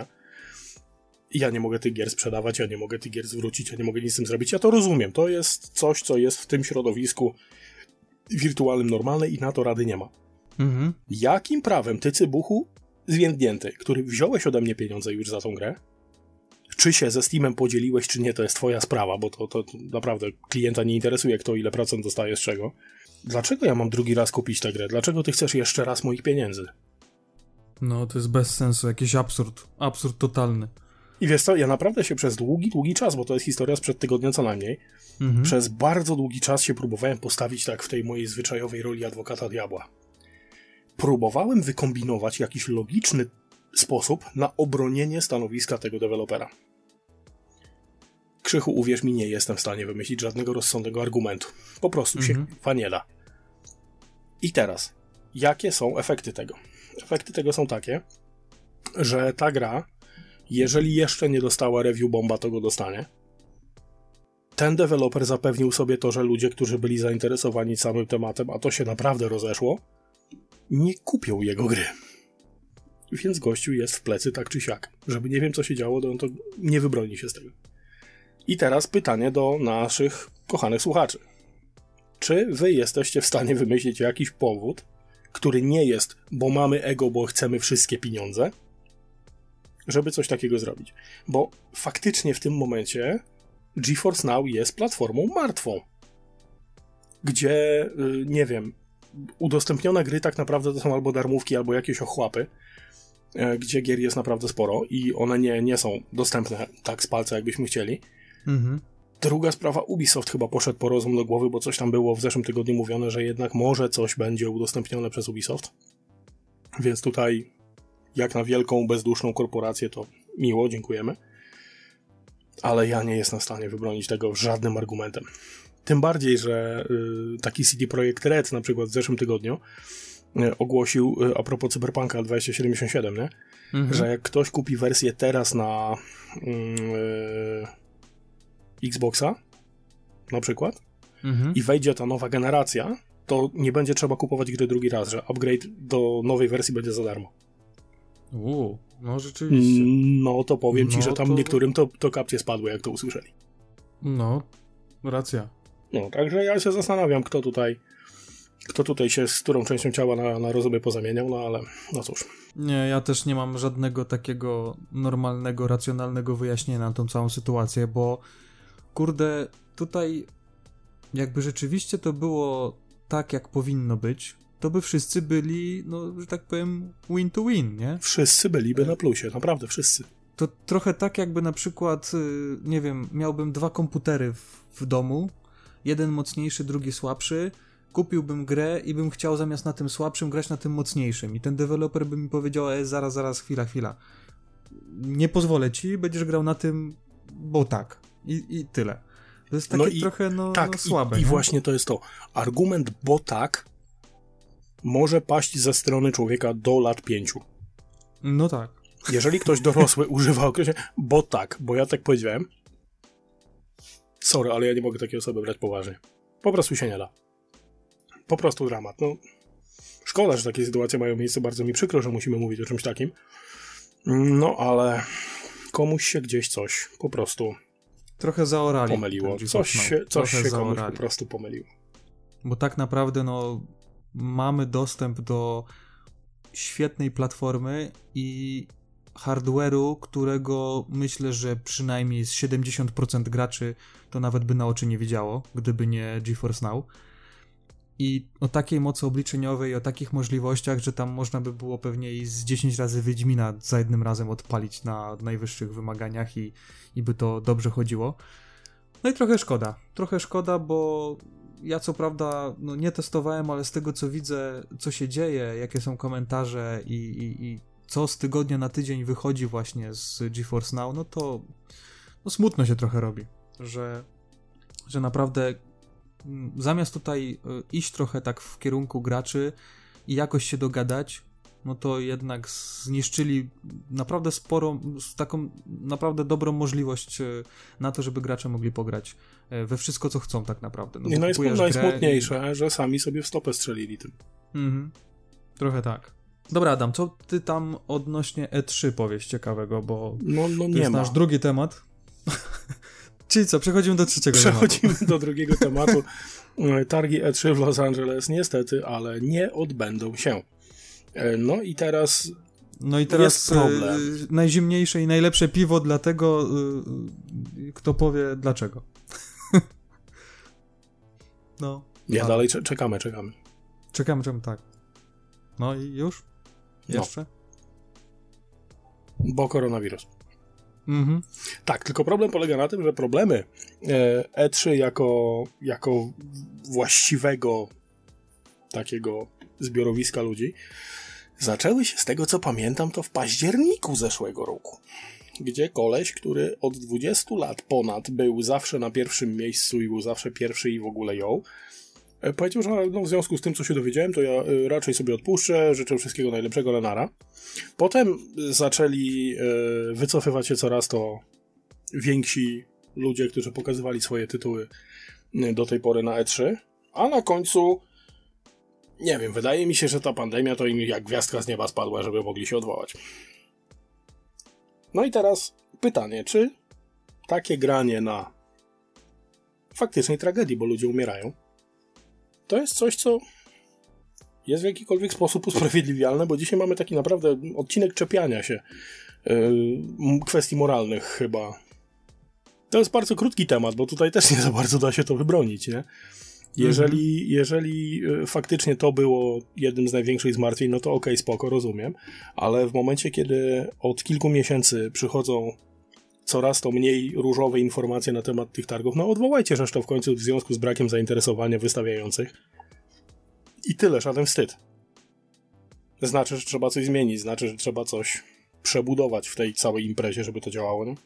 ja nie mogę tych gier sprzedawać, ja nie mogę tych gier zwrócić, ja nie mogę nic z tym zrobić, ja to rozumiem, to jest coś, co jest w tym środowisku wirtualnym normalne i na to rady nie ma. Mhm. Jakim prawem ty, cybuchu zwiędnięty, który wziąłeś ode mnie pieniądze już za tą grę, czy się ze Steamem podzieliłeś, czy nie, to jest twoja sprawa, bo to, to naprawdę klienta nie interesuje, kto ile procent dostaje z czego. Dlaczego ja mam drugi raz kupić tę grę? Dlaczego ty chcesz jeszcze raz moich pieniędzy? No, to jest bez sensu, jakiś absurd. Absurd totalny. I wiesz co, ja naprawdę się przez długi, długi czas, bo to jest historia sprzed tygodnia co najmniej, mhm. przez bardzo długi czas się próbowałem postawić tak w tej mojej zwyczajowej roli adwokata diabła. Próbowałem wykombinować jakiś logiczny sposób na obronienie stanowiska tego dewelopera. Krzychu, uwierz mi, nie jestem w stanie wymyślić żadnego rozsądnego argumentu. Po prostu mhm. się chyba nie da. I teraz, jakie są efekty tego? Efekty tego są takie, że ta gra, jeżeli jeszcze nie dostała review bomba, to go dostanie. Ten deweloper zapewnił sobie to, że ludzie, którzy byli zainteresowani samym tematem, a to się naprawdę rozeszło, nie kupią jego gry. Więc gościu jest w plecy tak czy siak. Żeby nie wiem, co się działo, to on to nie wybroni się z tego. I teraz pytanie do naszych kochanych słuchaczy. Czy wy jesteście w stanie wymyślić jakiś powód, który nie jest, bo mamy ego, bo chcemy wszystkie pieniądze, żeby coś takiego zrobić? Bo faktycznie w tym momencie GeForce Now jest platformą martwą. Gdzie, nie wiem, udostępnione gry tak naprawdę to są albo darmówki, albo jakieś ochłapy, gdzie gier jest naprawdę sporo i one nie, nie są dostępne tak z palca, jakbyśmy chcieli. Mhm. Druga sprawa, Ubisoft chyba poszedł po rozum do głowy, bo coś tam było w zeszłym tygodniu mówione, że jednak może coś będzie udostępnione przez Ubisoft. Więc tutaj jak na wielką, bezduszną korporację to miło, dziękujemy. Ale ja nie jestem w stanie wybronić tego żadnym argumentem. Tym bardziej, że y, taki C D Projekt Red na przykład w zeszłym tygodniu y, ogłosił y, a propos Cyberpunka dwa tysiące siedemdziesiąt siedem, nie? Mhm. Że jak ktoś kupi wersję teraz na y, Xboxa na przykład mhm. i wejdzie ta nowa generacja, to nie będzie trzeba kupować gry drugi raz, że upgrade do nowej wersji będzie za darmo. Uuu, no rzeczywiście. No to powiem ci, no, że tam to... niektórym to, to kapcie spadły, jak to usłyszeli. No, racja. No, także ja się zastanawiam, kto tutaj kto tutaj się z którą częścią ciała na, na rozumie pozamieniał, no ale no cóż. Nie, ja też nie mam żadnego takiego normalnego, racjonalnego wyjaśnienia na tą całą sytuację, bo kurde, tutaj jakby rzeczywiście to było tak, jak powinno być, to by wszyscy byli, no, że tak powiem, win to win, nie? Wszyscy byliby na plusie, naprawdę wszyscy. To trochę tak, jakby na przykład, nie wiem, miałbym dwa komputery w, w domu, jeden mocniejszy, drugi słabszy, kupiłbym grę i bym chciał zamiast na tym słabszym grać na tym mocniejszym i ten deweloper by mi powiedział, e, zaraz, zaraz, chwila, chwila. Nie pozwolę ci, będziesz grał na tym, bo tak. I, i tyle. To jest takie no i, trochę no, tak, no, słabe. I, i właśnie to jest to. Argument, bo tak, może paść ze strony człowieka do lat pięciu. No tak. Jeżeli ktoś dorosły używa określenia, bo tak, bo ja tak powiedziałem, sorry, ale ja nie mogę takiej osoby brać poważnie. Po prostu się nie da. Po prostu dramat. No, szkoda, że takie sytuacje mają miejsce, bardzo mi przykro, że musimy mówić o czymś takim. No, ale komuś się gdzieś coś po prostu trochę zaorali. Pomyliło. Coś się, coś się komuś po prostu pomyliło. Bo tak naprawdę, no, mamy dostęp do świetnej platformy i hardware'u, którego myślę, że przynajmniej z siedemdziesiąt procent graczy to nawet by na oczy nie widziało, gdyby nie GeForce Now. I o takiej mocy obliczeniowej, o takich możliwościach, że tam można by było pewnie i z dziesięć razy Wiedźmina za jednym razem odpalić na najwyższych wymaganiach i, i by to dobrze chodziło. No i trochę szkoda. Trochę szkoda, bo ja co prawda no, nie testowałem, ale z tego co widzę, co się dzieje, jakie są komentarze i, i, i co z tygodnia na tydzień wychodzi właśnie z GeForce Now, no to no, smutno się trochę robi, że, że naprawdę zamiast tutaj iść trochę tak w kierunku graczy i jakoś się dogadać, no to jednak zniszczyli naprawdę sporo, taką naprawdę dobrą możliwość na to, żeby gracze mogli pograć we wszystko, co chcą tak naprawdę. No, no jest najsmutniejsze, i... że sami sobie w stopę strzelili tym. Mhm. Trochę tak. Dobra, Adam, co ty tam odnośnie E trzy powiesz ciekawego, bo no, no to nie jest ma. nasz drugi temat. Czyli co, przechodzimy do trzeciego Przechodzimy tematu. do drugiego tematu. Targi E trzy w Los Angeles niestety, ale nie odbędą się. No i teraz No i teraz jest problem. Y, najzimniejsze i najlepsze piwo dla tego, y, kto powie dlaczego. No. Nie, ale. dalej czekamy, czekamy. Czekamy, czekamy, tak. No i już? Jeszcze? No. Bo koronawirus. Mhm. Tak, tylko problem polega na tym, że problemy E trzy jako, jako właściwego takiego zbiorowiska ludzi zaczęły się, z tego co pamiętam, to w październiku zeszłego roku, gdzie koleś, który od dwudziestu lat ponad był zawsze na pierwszym miejscu i był zawsze pierwszy i w ogóle ją, powiedział, że no, w związku z tym, co się dowiedziałem, to ja raczej sobie odpuszczę, życzę wszystkiego najlepszego, Lenara. Potem zaczęli e, wycofywać się coraz to więksi ludzie, którzy pokazywali swoje tytuły do tej pory na E trzy, a na końcu nie wiem, wydaje mi się, że ta pandemia to im jak gwiazdka z nieba spadła, żeby mogli się odwołać. No i teraz pytanie, czy takie granie na faktycznej tragedii, bo ludzie umierają, to jest coś, co jest w jakikolwiek sposób usprawiedliwialne, bo dzisiaj mamy taki naprawdę odcinek czepiania się yy, kwestii moralnych chyba. To jest bardzo krótki temat, bo tutaj też nie za bardzo da się to wybronić, nie? Jeżeli, mhm. jeżeli faktycznie to było jednym z największych zmartwień, no to okej, okay, spoko, rozumiem, ale w momencie, kiedy od kilku miesięcy przychodzą coraz to mniej różowe informacje na temat tych targów, no odwołajcie zresztą w końcu w związku z brakiem zainteresowania wystawiających. I tyle, żaden wstyd. Znaczy, że trzeba coś zmienić, znaczy, że trzeba coś przebudować w tej całej imprezie, żeby to działało, nie?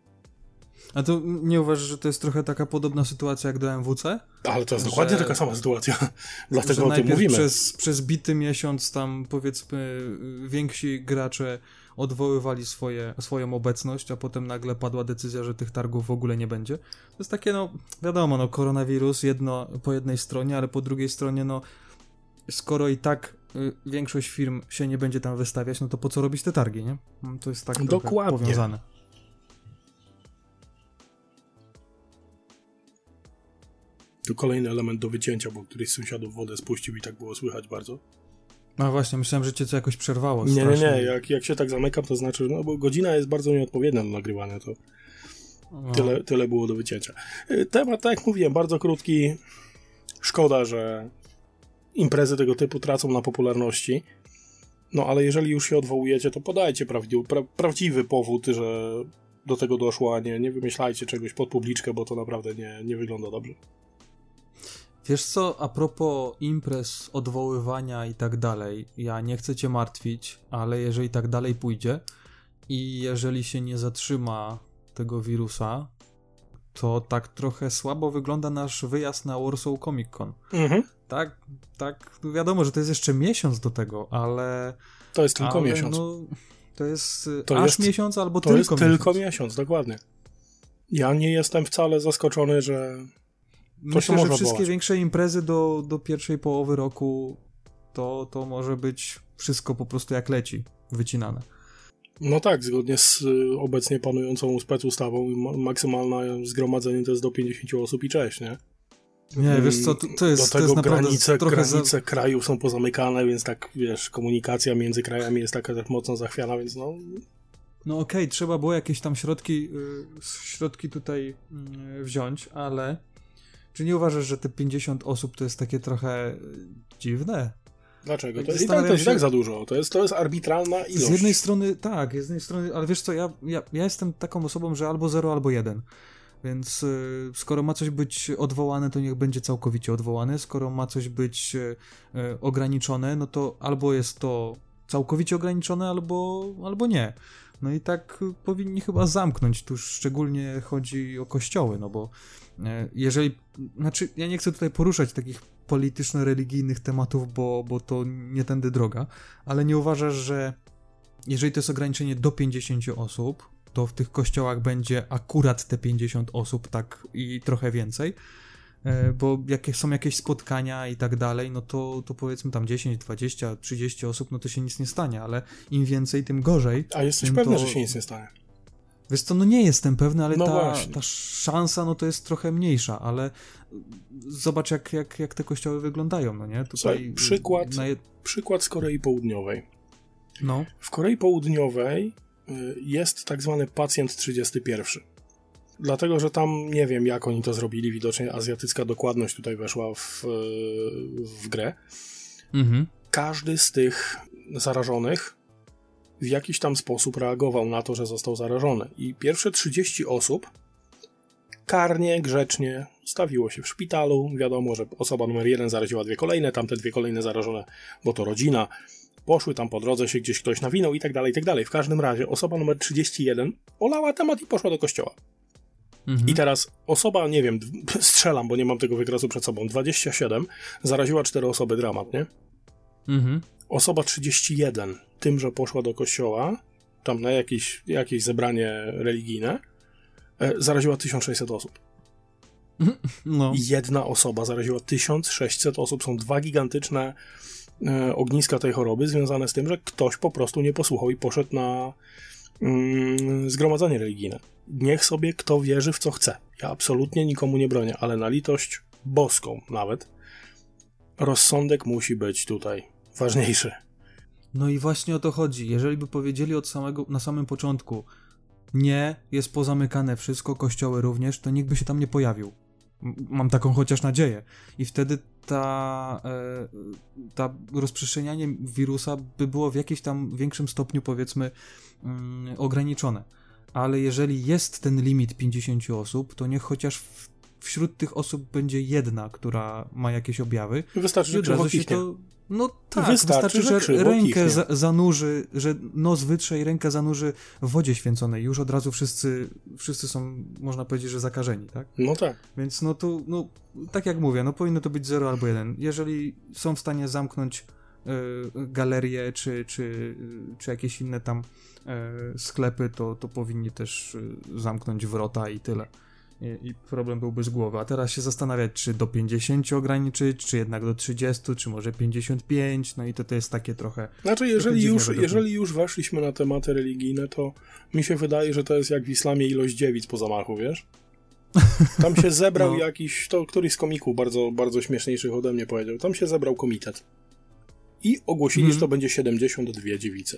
A to nie uważasz, że to jest trochę taka podobna sytuacja jak do M W C? Ale to jest że, dokładnie taka sama sytuacja. Dlatego o tym mówimy. Przez, przez bity miesiąc tam, powiedzmy, więksi gracze odwoływali swoje, swoją obecność, a potem nagle padła decyzja, że tych targów w ogóle nie będzie. To jest takie, no, wiadomo, no, koronawirus jedno po jednej stronie, ale po drugiej stronie, no, skoro i tak y, większość firm się nie będzie tam wystawiać, no to po co robić te targi, nie? To jest tak dokładnie powiązane. To kolejny element do wycięcia, bo któryś z sąsiadów wodę spuścił i tak było słychać bardzo. No właśnie, myślałem, że cię co jakoś przerwało. Nie, strasznie. nie, nie, jak, jak się tak zamykam, to znaczy, no bo godzina jest bardzo nieodpowiednia do nagrywania, to no. tyle, tyle było do wycięcia. Temat, tak jak mówiłem, bardzo krótki. Szkoda, że imprezy tego typu tracą na popularności. No ale jeżeli już się odwołujecie, to podajcie prawdziwy, pra, prawdziwy powód, że do tego doszło, a nie, nie wymyślajcie czegoś pod publiczkę, bo to naprawdę nie, nie wygląda dobrze. Wiesz co, a propos imprez, odwoływania i tak dalej, ja nie chcę cię martwić, ale jeżeli tak dalej pójdzie i jeżeli się nie zatrzyma tego wirusa, to tak trochę słabo wygląda nasz wyjazd na Warsaw Comic Con. Mhm. Tak, tak, wiadomo, że to jest jeszcze miesiąc do tego, ale... To jest tylko ale, miesiąc. No, to jest to aż jest, miesiąc albo to tylko jest miesiąc. tylko miesiąc, dokładnie. Ja nie jestem wcale zaskoczony, że to Myślę, się może że wszystkie odwołać. większe imprezy do, do pierwszej połowy roku to, to może być wszystko po prostu jak leci, wycinane. No tak, zgodnie z obecnie panującą specustawą maksymalne zgromadzenie to jest do pięćdziesięciu osób i cześć, nie? Nie, wiesz co, to, to jest, do tego to jest naprawdę granice, trochę granice za... krajów są pozamykane, więc tak, wiesz, komunikacja między krajami jest taka tak mocno zachwiana, więc no... No okej, okay, trzeba było jakieś tam środki, yy, środki tutaj yy, wziąć, ale czy nie uważasz, że te pięćdziesiąt osób to jest takie trochę yy, dziwne? Dlaczego? To jest, i tak, to jest się... tak za dużo. To jest, to jest arbitralna ilość. Z jednej strony tak, z jednej strony, ale wiesz co, ja, ja, ja jestem taką osobą, że albo zero, albo jeden. Więc y, skoro ma coś być odwołane, to niech będzie całkowicie odwołane. Skoro ma coś być y, y, ograniczone, no to albo jest to całkowicie ograniczone, albo, albo nie. No i tak powinni chyba zamknąć, tu szczególnie chodzi o kościoły, no bo jeżeli, znaczy ja nie chcę tutaj poruszać takich polityczno-religijnych tematów, bo, bo to nie tędy droga, ale nie uważasz, że jeżeli to jest ograniczenie do pięćdziesięciu osób, to w tych kościołach będzie akurat te pięćdziesiąt osób, tak i trochę więcej, bo jak są jakieś spotkania i tak dalej, no to, to powiedzmy tam dziesięć, dwadzieścia, trzydzieści osób, no to się nic nie stanie, ale im więcej, tym gorzej. A jesteś pewny, to... że się nic nie stanie? Wiesz co, no nie jestem pewny, ale no ta, ta szansa, no to jest trochę mniejsza, ale zobacz jak, jak, jak te kościoły wyglądają, no nie? Tutaj Słuchaj, przykład, na... przykład z Korei Południowej. No. W Korei Południowej jest tak zwany pacjent trzydziesty pierwszy. Dlatego, że tam nie wiem, jak oni to zrobili, widocznie azjatycka dokładność tutaj weszła w, w grę. Mhm. Każdy z tych zarażonych w jakiś tam sposób reagował na to, że został zarażony. I pierwsze trzydzieści osób karnie, grzecznie stawiło się w szpitalu. Wiadomo, że osoba numer jeden zaraziła dwie kolejne, tamte dwie kolejne zarażone, bo to rodzina. Poszły tam po drodze, się gdzieś ktoś nawinął i tak dalej, i tak dalej. W każdym razie osoba numer trzydzieści jeden olała temat i poszła do kościoła. Mhm. I teraz osoba, nie wiem, strzelam, bo nie mam tego wyrazu przed sobą, dwadzieścia siedem zaraziła cztery osoby, dramat, nie? Mhm. Osoba trzydzieści jeden tym, że poszła do kościoła, tam na jakieś, jakieś zebranie religijne, e, zaraziła tysiąc sześćset osób. No. Jedna osoba zaraziła tysiąc sześćset osób. Są dwa gigantyczne e, ogniska tej choroby związane z tym, że ktoś po prostu nie posłuchał i poszedł na mm, zgromadzenie religijne. Niech sobie kto wierzy w co chce. Ja absolutnie nikomu nie bronię, ale na litość boską nawet rozsądek musi być tutaj ważniejszy. No i właśnie o to chodzi. Jeżeli by powiedzieli od samego, na samym początku, nie, jest pozamykane wszystko, kościoły również, to nikt by się tam nie pojawił. Mam taką chociaż nadzieję. I wtedy ta, e, ta rozprzestrzenianie wirusa by było w jakimś tam większym stopniu, powiedzmy, mm, ograniczone. Ale jeżeli jest ten limit pięćdziesiąt osób, to niech chociaż w, wśród tych osób będzie jedna, która ma jakieś objawy. Wystarczy, że krzywo kichnie. To, no tak, wystarczy, wystarczy, że, że rękę za, zanurzy, że nos wytrze i rękę zanurzy w wodzie święconej. Już od razu wszyscy, wszyscy są, można powiedzieć, że zakażeni, tak? No tak. Więc no tu, no, tak jak mówię, no powinno to być zero albo jeden. Jeżeli są w stanie zamknąć y, galerie, czy, czy, czy jakieś inne tam y, sklepy, to, to powinni też y, zamknąć wrota i tyle. I, I problem byłby z głowy. A teraz się zastanawiać, czy do pięćdziesięciu ograniczyć, czy jednak do trzydziestu, czy może pięćdziesiąt pięć, no i to, to jest takie trochę... Znaczy, jeżeli już, jeżeli już weszliśmy na tematy religijne, to mi się wydaje, że to jest jak w islamie ilość dziewic po zamachu, wiesz? Tam się zebrał no. jakiś, to któryś z komików bardzo, bardzo śmieszniejszych ode mnie powiedział, tam się zebrał komitet i ogłosili, hmm. że to będzie siedemdziesiąt dwie dziewice.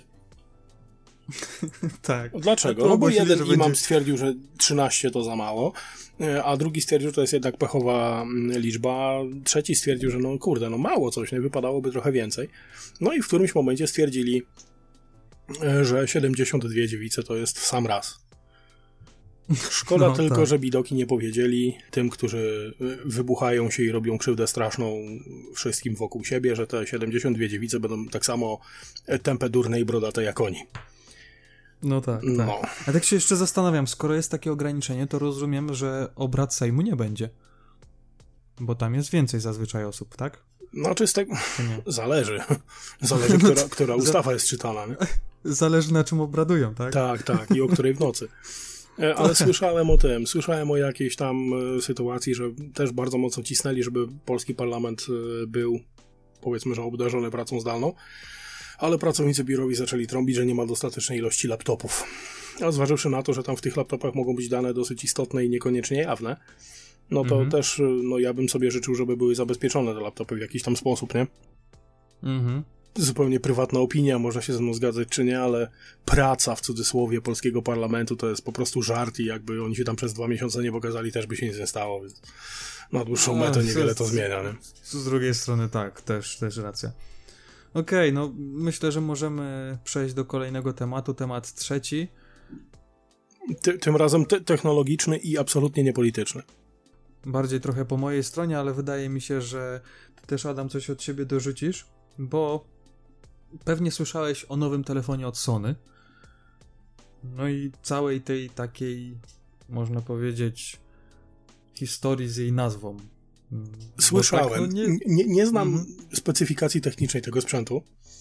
Tak. Dlaczego? No bo jeden imam będzie... stwierdził, że trzynaście to za mało, a drugi stwierdził, że to jest jednak pechowa liczba, trzeci stwierdził, że no kurde, no mało coś, nie wypadałoby trochę więcej. No i w którymś momencie stwierdzili, że siedemdziesiąt dwie dziewice to jest w sam raz. Szkoda no, tylko, tak. że bidoki nie powiedzieli tym, którzy wybuchają się i robią krzywdę straszną wszystkim wokół siebie, że te siedemdziesiąt dwie dziewice będą tak samo tępe, durne i brodate jak oni. No tak, tak. No. A tak się jeszcze zastanawiam, skoro jest takie ograniczenie, to rozumiem, że obrad Sejmu nie będzie. Bo tam jest więcej zazwyczaj osób, tak? Znaczy z tego... Zależy. Zależy, która, która ustawa jest czytana. Nie? Zależy, na czym obradują, tak? Tak, tak. I o której w nocy. Ale słyszałem o tym, słyszałem o jakiejś tam sytuacji, że też bardzo mocno cisnęli, żeby polski parlament był, powiedzmy, że obdarzony pracą zdalną, ale pracownicy biurowi zaczęli trąbić, że nie ma dostatecznej ilości laptopów. A zważywszy na to, że tam w tych laptopach mogą być dane dosyć istotne i niekoniecznie jawne, no to mhm. też, no ja bym sobie życzył, żeby były zabezpieczone te laptopy w jakiś tam sposób, nie? Mhm. Zupełnie prywatna opinia, można się ze mną zgadzać czy nie, ale praca w cudzysłowie polskiego parlamentu to jest po prostu żart i jakby oni się tam przez dwa miesiące nie pokazali, też by się nic nie stało, więc na dłuższą metę niewiele to zmienia, nie? Z drugiej strony tak, też, też racja. Okej, okay, no myślę, że możemy przejść do kolejnego tematu, temat trzeci. Ty, tym razem te- technologiczny i absolutnie niepolityczny. Bardziej trochę po mojej stronie, ale wydaje mi się, że ty też, Adam, coś od siebie dorzucisz, bo pewnie słyszałeś o nowym telefonie od Sony. No i całej tej takiej, można powiedzieć, historii z jej nazwą. Słyszałem. Tak, no nie... Nie, nie znam mhm. specyfikacji technicznej tego sprzętu.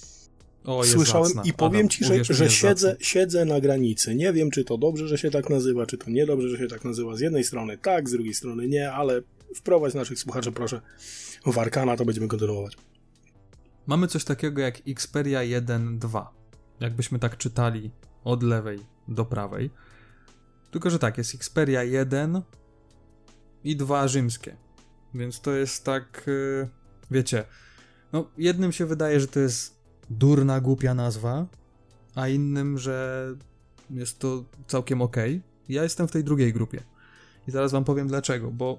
O, Słyszałem zacna. i powiem Adam, ci, że, że siedzę, siedzę na granicy. Nie wiem, czy to dobrze, że się tak nazywa, czy to niedobrze, że się tak nazywa. Z jednej strony tak, z drugiej strony nie, ale wprowadź naszych słuchaczy, proszę, w Arkana, to będziemy kontynuować. Mamy coś takiego jak Xperia jeden dwa. Jakbyśmy tak czytali od lewej do prawej. Tylko, że tak, jest Xperia jeden i dwa rzymskie. Więc to jest tak, yy, wiecie, no jednym się wydaje, że to jest durna, głupia nazwa, a innym, że jest to całkiem okej. Okay. Ja jestem w tej drugiej grupie. I zaraz wam powiem dlaczego, bo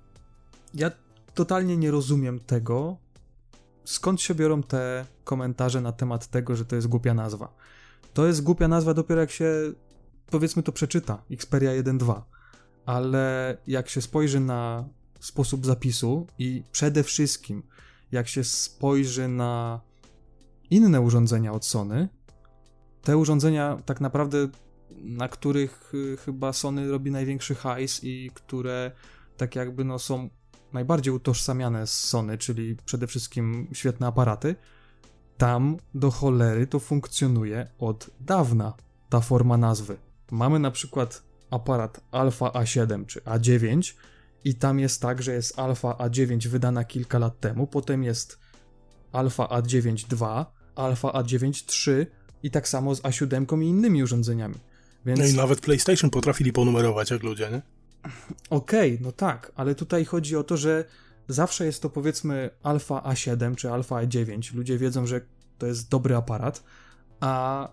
ja totalnie nie rozumiem tego, skąd się biorą te komentarze na temat tego, że to jest głupia nazwa. To jest głupia nazwa dopiero jak się, powiedzmy, to przeczyta, Xperia jeden dwa. Ale jak się spojrzy na sposób zapisu i przede wszystkim jak się spojrzy na inne urządzenia od Sony, te urządzenia tak naprawdę, na których chyba Sony robi największy hajs i które tak jakby no są najbardziej utożsamiane z Sony, czyli przede wszystkim świetne aparaty, tam do cholery to funkcjonuje od dawna, ta forma nazwy. Mamy na przykład aparat Alpha A siedem czy A dziewięć i tam jest tak, że jest Alpha A dziewięć wydana kilka lat temu, potem jest Alpha A dziewięć dwa, Alpha A dziewięć trzy i tak samo z A siedem i innymi urządzeniami. Więc... No i nawet PlayStation potrafili ponumerować jak ludzie, nie? Okej, okay, no tak, ale tutaj chodzi o to, że zawsze jest to powiedzmy Alpha A siedem czy Alpha A dziewięć. Ludzie wiedzą, że to jest dobry aparat, a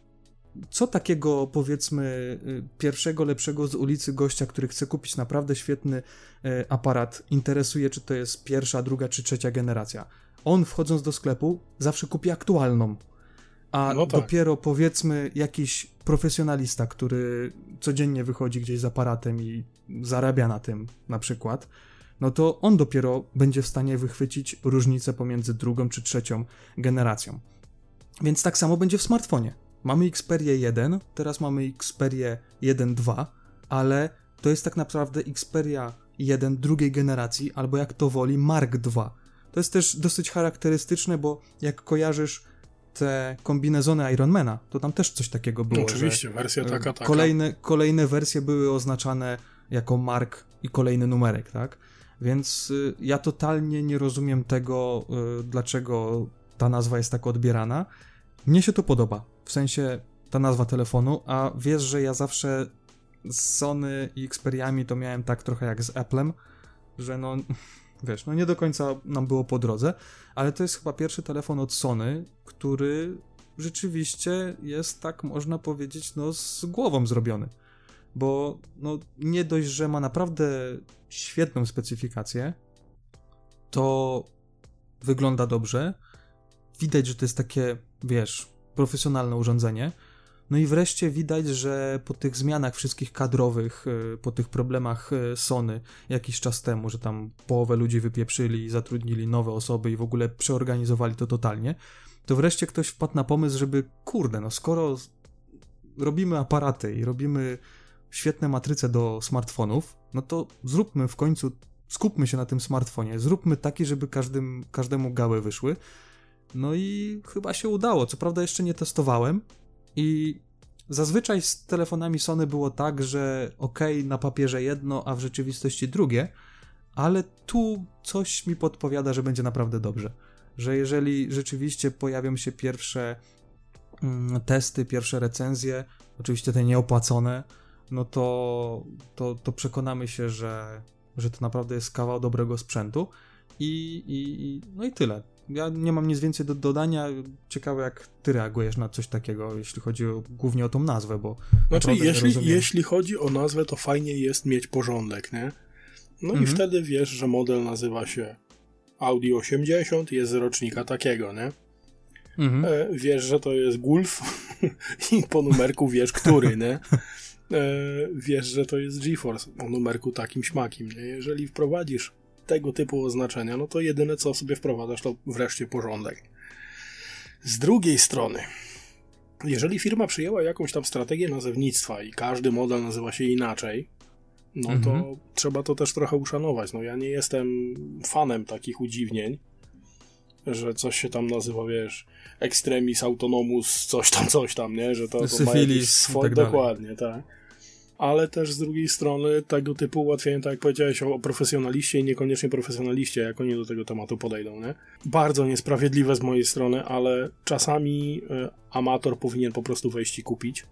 co takiego powiedzmy pierwszego, lepszego z ulicy gościa, który chce kupić naprawdę świetny aparat, interesuje, czy to jest pierwsza, druga czy trzecia generacja. On wchodząc do sklepu zawsze kupi aktualną, a no tak. Dopiero powiedzmy jakiś profesjonalista, który codziennie wychodzi gdzieś z aparatem i zarabia na tym na przykład, no to on dopiero będzie w stanie wychwycić różnicę pomiędzy drugą czy trzecią generacją. Więc tak samo będzie w smartfonie. Mamy Xperię jeden, teraz mamy Xperię jeden dwa, ale to jest tak naprawdę Xperia jeden drugiej generacji, albo jak to woli Mark dwa. To jest też dosyć charakterystyczne, bo jak kojarzysz te kombinezony Ironmana, to tam też coś takiego było. Oczywiście, wersja taka, taka. Kolejne, kolejne wersje były oznaczane jako Mark i kolejny numerek, tak? Więc y, ja totalnie nie rozumiem tego, y, dlaczego ta nazwa jest tak odbierana. Mnie się to podoba, w sensie ta nazwa telefonu, a wiesz, że ja zawsze z Sony i Xperiami to miałem tak trochę jak z Applem, że no, wiesz, no nie do końca nam było po drodze, ale to jest chyba pierwszy telefon od Sony, który rzeczywiście jest, tak można powiedzieć, no z głową zrobiony, bo no nie dość, że ma naprawdę świetną specyfikację, to wygląda dobrze, widać, że to jest takie, wiesz, profesjonalne urządzenie. No i wreszcie widać, że po tych zmianach wszystkich kadrowych, po tych problemach Sony jakiś czas temu, że tam połowę ludzi wypieprzyli, zatrudnili nowe osoby i w ogóle przeorganizowali to totalnie, to wreszcie ktoś wpadł na pomysł, żeby, kurde, no skoro robimy aparaty i robimy świetne matryce do smartfonów, no to zróbmy w końcu, skupmy się na tym smartfonie, zróbmy taki, żeby każdym, każdemu gały wyszły. No i chyba się udało. Co prawda jeszcze nie testowałem i zazwyczaj z telefonami Sony było tak, że okej, okay, na papierze jedno, a w rzeczywistości drugie, ale tu coś mi podpowiada, że będzie naprawdę dobrze. Że jeżeli rzeczywiście pojawią się pierwsze mm, testy, pierwsze recenzje, oczywiście te nieopłacone, no to, to, to przekonamy się, że, że to naprawdę jest kawał dobrego sprzętu i, i, no i tyle. Ja nie mam nic więcej do dodania. Ciekawe, jak ty reagujesz na coś takiego, jeśli chodzi o, głównie o tą nazwę, bo... Znaczy, jeśli, rozumiem... jeśli chodzi o nazwę, to fajnie jest mieć porządek, nie? No mhm. i wtedy wiesz, że model nazywa się Audi osiemdziesiąt, jest z rocznika takiego, nie? Mhm. E, wiesz, że to jest Gulf i po numerku wiesz, który, nie? E, wiesz, że to jest GeForce o numerku takim śmakim, nie? Jeżeli wprowadzisz tego typu oznaczenia, no to jedyne co sobie wprowadzasz to wreszcie porządek. Z drugiej strony jeżeli firma przyjęła jakąś tam strategię nazewnictwa i każdy model nazywa się inaczej, no to mhm. trzeba to też trochę uszanować. No ja nie jestem fanem takich udziwnień, że coś się tam nazywa, wiesz, Extremis, Autonomus, coś tam, coś tam, nie? Że to, to ma jakieś swoje... Tak dokładnie, tak. Ale też z drugiej strony tego typu ułatwienia, tak jak powiedziałeś o profesjonaliście i niekoniecznie profesjonaliście, jak oni do tego tematu podejdą, nie? Bardzo niesprawiedliwe z mojej strony, ale czasami y, amator powinien po prostu wejść i kupić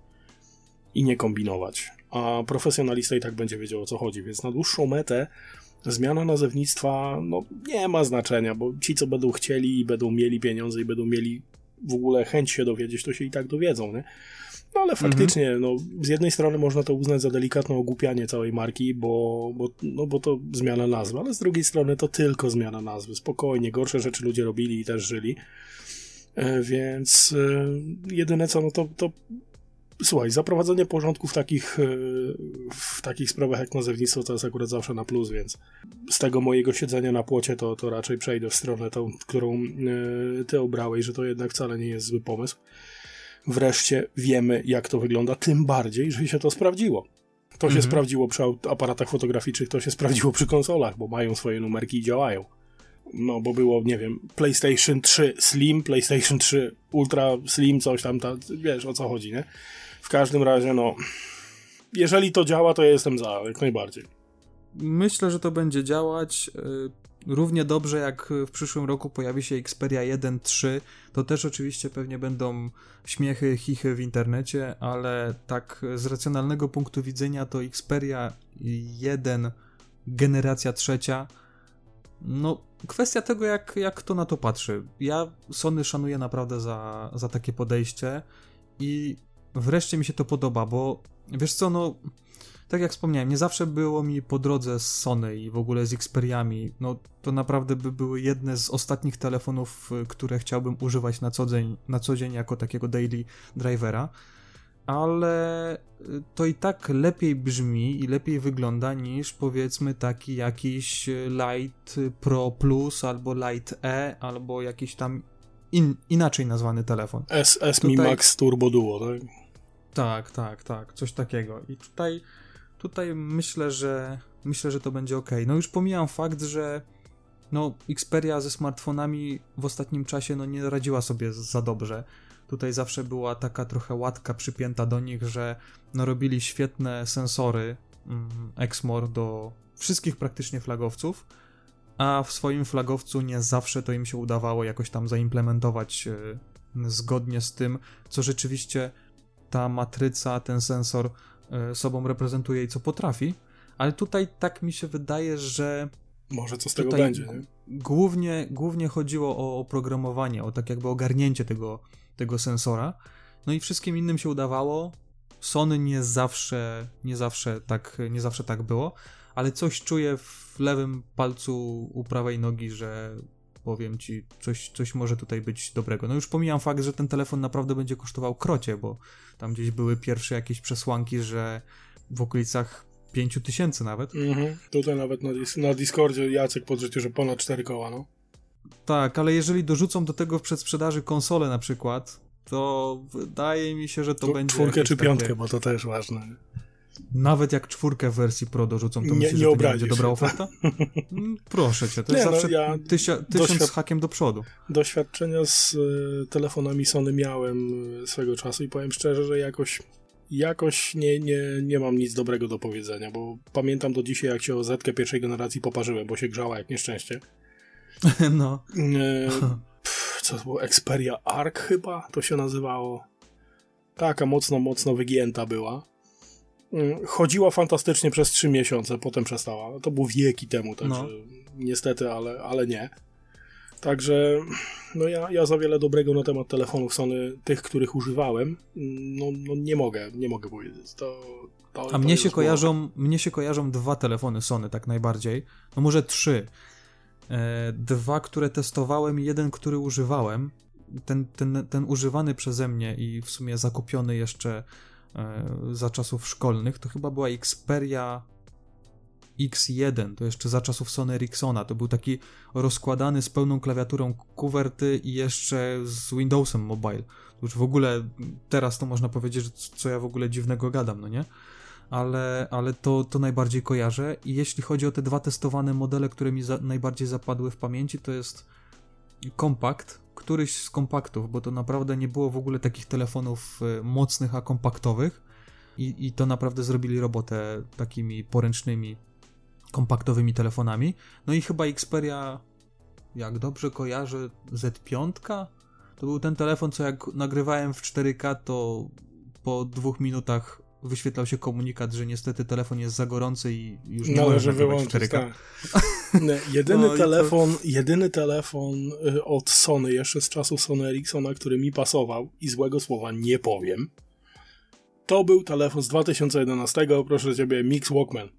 i nie kombinować. A profesjonalista i tak będzie wiedział, o co chodzi, więc na dłuższą metę zmiana nazewnictwa, no nie ma znaczenia, bo ci, co będą chcieli i będą mieli pieniądze i będą mieli w ogóle chęć się dowiedzieć, to się i tak dowiedzą, nie? No ale faktycznie, mhm. no z jednej strony można to uznać za delikatne ogłupianie całej marki, bo, bo, no, bo to zmiana nazwy, ale z drugiej strony to tylko zmiana nazwy. Spokojnie, gorsze rzeczy ludzie robili i też żyli. E, więc e, jedyne co, no to, to słuchaj, zaprowadzenie porządku w takich, w takich sprawach jak nazewnictwo to jest akurat zawsze na plus, więc z tego mojego siedzenia na płocie to, to raczej przejdę w stronę tą, którą ty obrałeś, że to jednak wcale nie jest zły pomysł. Wreszcie wiemy, jak to wygląda, tym bardziej, że się to sprawdziło. To mhm. się sprawdziło przy aparatach fotograficznych, to się sprawdziło przy konsolach, bo mają swoje numerki i działają. No, bo było, nie wiem, PlayStation trzy Slim, PlayStation trzy Ultra Slim, coś tam, ta, wiesz, o co chodzi, nie? W każdym razie, no, jeżeli to działa, to ja jestem za, jak najbardziej. Myślę, że to będzie działać y, równie dobrze, jak w przyszłym roku pojawi się Xperia jeden trzy, to też oczywiście pewnie będą śmiechy, chichy w internecie, ale tak z racjonalnego punktu widzenia to Xperia jeden generacja trzecia, no kwestia tego, jak, jak kto na to patrzy. Ja Sony szanuję naprawdę za, za takie podejście i wreszcie mi się to podoba, bo wiesz co, no tak jak wspomniałem, nie zawsze było mi po drodze z Sony i w ogóle z Xperiami. No to naprawdę by były jedne z ostatnich telefonów, które chciałbym używać na co dzień, na co dzień jako takiego daily drivera, ale to i tak lepiej brzmi i lepiej wygląda niż powiedzmy taki jakiś Lite Pro Plus albo Lite E albo jakiś tam in, inaczej nazwany telefon. S, S Mi Max Turbo Duo, tak? Tak, tak, tak, coś takiego. I tutaj, tutaj myślę, że myślę, że to będzie ok. No już pomijam fakt, że no Xperia ze smartfonami w ostatnim czasie no nie radziła sobie za dobrze. Tutaj zawsze była taka trochę łatka przypięta do nich, że no robili świetne sensory mm, Exmor do wszystkich praktycznie flagowców, a w swoim flagowcu nie zawsze to im się udawało jakoś tam zaimplementować y, zgodnie z tym, co rzeczywiście ta matryca, ten sensor y, sobą reprezentuje i co potrafi, ale tutaj tak mi się wydaje, że może co z tego będzie, nie? Głównie, głównie chodziło o oprogramowanie, o tak jakby ogarnięcie tego tego sensora, no i wszystkim innym się udawało. Sony nie zawsze, nie zawsze tak, nie zawsze tak było, ale coś czuję w lewym palcu u prawej nogi, że powiem ci, coś, coś może tutaj być dobrego. No już pomijam fakt, że ten telefon naprawdę będzie kosztował krocie, bo tam gdzieś były pierwsze jakieś przesłanki, że w okolicach pięciu tysięcy nawet. Mhm. Tutaj nawet na, dis- na Discordzie Jacek podrzucił, że ponad cztery koła, no. Tak, ale jeżeli dorzucą do tego w przedsprzedaży konsolę na przykład, to wydaje mi się, że to, to będzie... Czwórkę czy piątkę, takie... bo to też ważne. Nawet jak czwórkę w wersji Pro dorzucą, to nie, myślisz, nie że to nie będzie dobra oferta? Proszę cię, to nie, jest no, zawsze ja tysia, tysiąc doświad... z hakiem do przodu. Doświadczenia z y, telefonami Sony miałem y, swego czasu i powiem szczerze, że jakoś jakoś nie, nie, nie mam nic dobrego do powiedzenia, bo pamiętam do dzisiaj, jak się o Zetkę pierwszej generacji poparzyłem, bo się grzała jak nieszczęście. No. Y, pff, co to było? Xperia Arc chyba to się nazywało. Taka mocno, mocno wygięta była. Y, chodziła fantastycznie przez trzy miesiące, potem przestała. To było wieki temu, także no. Niestety, ale, ale nie. Także no ja, ja za wiele dobrego na temat telefonów Sony, tych, których używałem, no, no nie mogę, nie mogę powiedzieć. To, to, A mnie się, kojarzą, mnie się kojarzą dwa telefony Sony tak najbardziej, no może trzy. E, dwa, które testowałem i jeden, który używałem. Ten, ten, ten używany przeze mnie i w sumie zakupiony jeszcze e, za czasów szkolnych, to chyba była Xperia X jeden, to jeszcze za czasów Sony Ericssona, to był taki rozkładany z pełną klawiaturą kuwerty i jeszcze z Windowsem Mobile. To już w ogóle, teraz to można powiedzieć, że co ja w ogóle dziwnego gadam, no nie? Ale, ale to, to najbardziej kojarzę i jeśli chodzi o te dwa testowane modele, które mi za, najbardziej zapadły w pamięci, to jest Compact, któryś z kompaktów, bo to naprawdę nie było w ogóle takich telefonów mocnych, a kompaktowych i, i to naprawdę zrobili robotę takimi poręcznymi, kompaktowymi telefonami. No i chyba Xperia, jak dobrze kojarzę, Z pięć, to był ten telefon, co jak nagrywałem w cztery K, to po dwóch minutach wyświetlał się komunikat, że niestety telefon jest za gorący i już nie należy może nagrywać wyłączyć, w cztery K. tak. Jedyny no telefon, to... jedyny telefon od Sony, jeszcze z czasów Sony Ericssona, który mi pasował i złego słowa nie powiem, to był telefon z dwa tysiące jedenastego, proszę ciebie, Mix Walkman.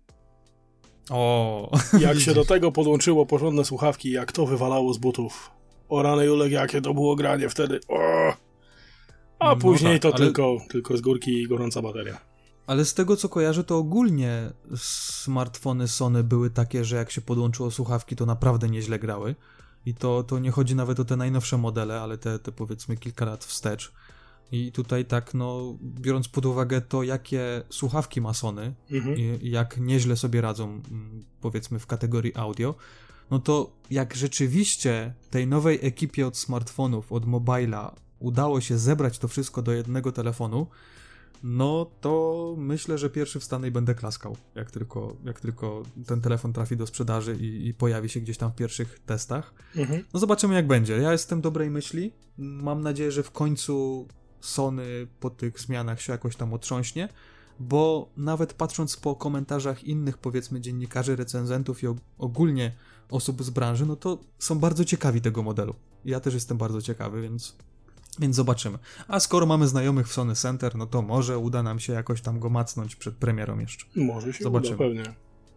O. Jak się do tego podłączyło porządne słuchawki, jak to wywalało z butów. O rany Julek, jakie to było granie wtedy. O! A później no tak, to ale... tylko, tylko z górki i gorąca bateria. Ale z tego co kojarzę, to ogólnie smartfony Sony były takie, że jak się podłączyło słuchawki, to naprawdę nieźle grały. I to, to nie chodzi nawet o te najnowsze modele, ale te, te powiedzmy kilka lat wstecz. I tutaj tak, no, biorąc pod uwagę to, jakie słuchawki ma Sony mhm. i jak nieźle sobie radzą, powiedzmy, w kategorii audio, no to jak rzeczywiście tej nowej ekipie od smartfonów, od Mobile'a udało się zebrać to wszystko do jednego telefonu, no to myślę, że pierwszy wstanę i będę klaskał, jak tylko, jak tylko ten telefon trafi do sprzedaży i, i pojawi się gdzieś tam w pierwszych testach. Mhm. No zobaczymy jak będzie. Ja jestem dobrej myśli. Mam nadzieję, że w końcu Sony po tych zmianach się jakoś tam otrząśnie, bo nawet patrząc po komentarzach innych, powiedzmy, dziennikarzy, recenzentów i ogólnie osób z branży, no to są bardzo ciekawi tego modelu. Ja też jestem bardzo ciekawy, więc... Więc zobaczymy. A skoro mamy znajomych w Sony Center, no to może uda nam się jakoś tam go macnąć przed premierą jeszcze. Może się zobaczymy. Uda, pewnie.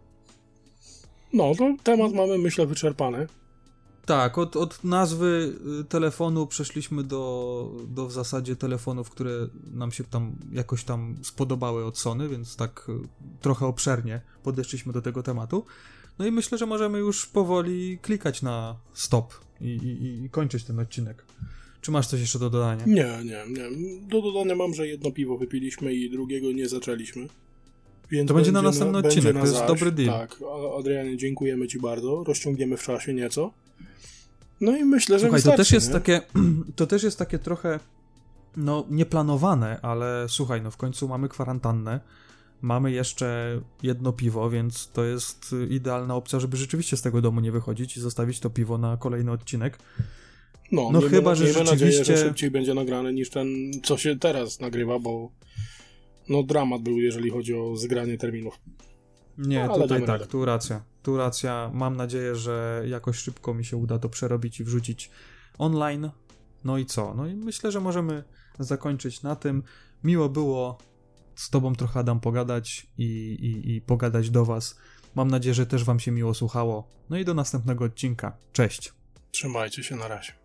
No, to temat mamy, myślę, wyczerpany. Tak, od, od nazwy telefonu przeszliśmy do, do w zasadzie telefonów, które nam się tam jakoś tam spodobały od Sony, więc tak trochę obszernie podeszliśmy do tego tematu. No i myślę, że możemy już powoli klikać na stop i, i, i kończyć ten odcinek. Czy masz coś jeszcze do dodania? Nie, nie, nie. Do dodania mam, że jedno piwo wypiliśmy i drugiego nie zaczęliśmy. Więc to będzie na następny na, odcinek, na to jest zaś. Dobry deal. Tak, Adrianie, dziękujemy ci bardzo. Rozciągniemy w czasie nieco. No i myślę, że Słuchaj, wystarczy, to też jest nie? takie, to też jest takie trochę, no, nieplanowane, ale słuchaj, no w końcu mamy kwarantannę, mamy jeszcze jedno piwo, więc to jest idealna opcja, żeby rzeczywiście z tego domu nie wychodzić i zostawić to piwo na kolejny odcinek. No, no miejmy, chyba, że miejmy rzeczywiście... nadzieję, że szybciej będzie nagrane niż ten, co się teraz nagrywa, bo no dramat był, jeżeli chodzi o zgranie terminów. Nie, no, tutaj tak, radę. tu racja. Tu racja. Mam nadzieję, że jakoś szybko mi się uda to przerobić i wrzucić online. No i co? No i myślę, że możemy zakończyć na tym. Miło było z tobą trochę, Adam, pogadać i, i, i pogadać do was. Mam nadzieję, że też wam się miło słuchało. No i do następnego odcinka. Cześć. Trzymajcie się, na razie.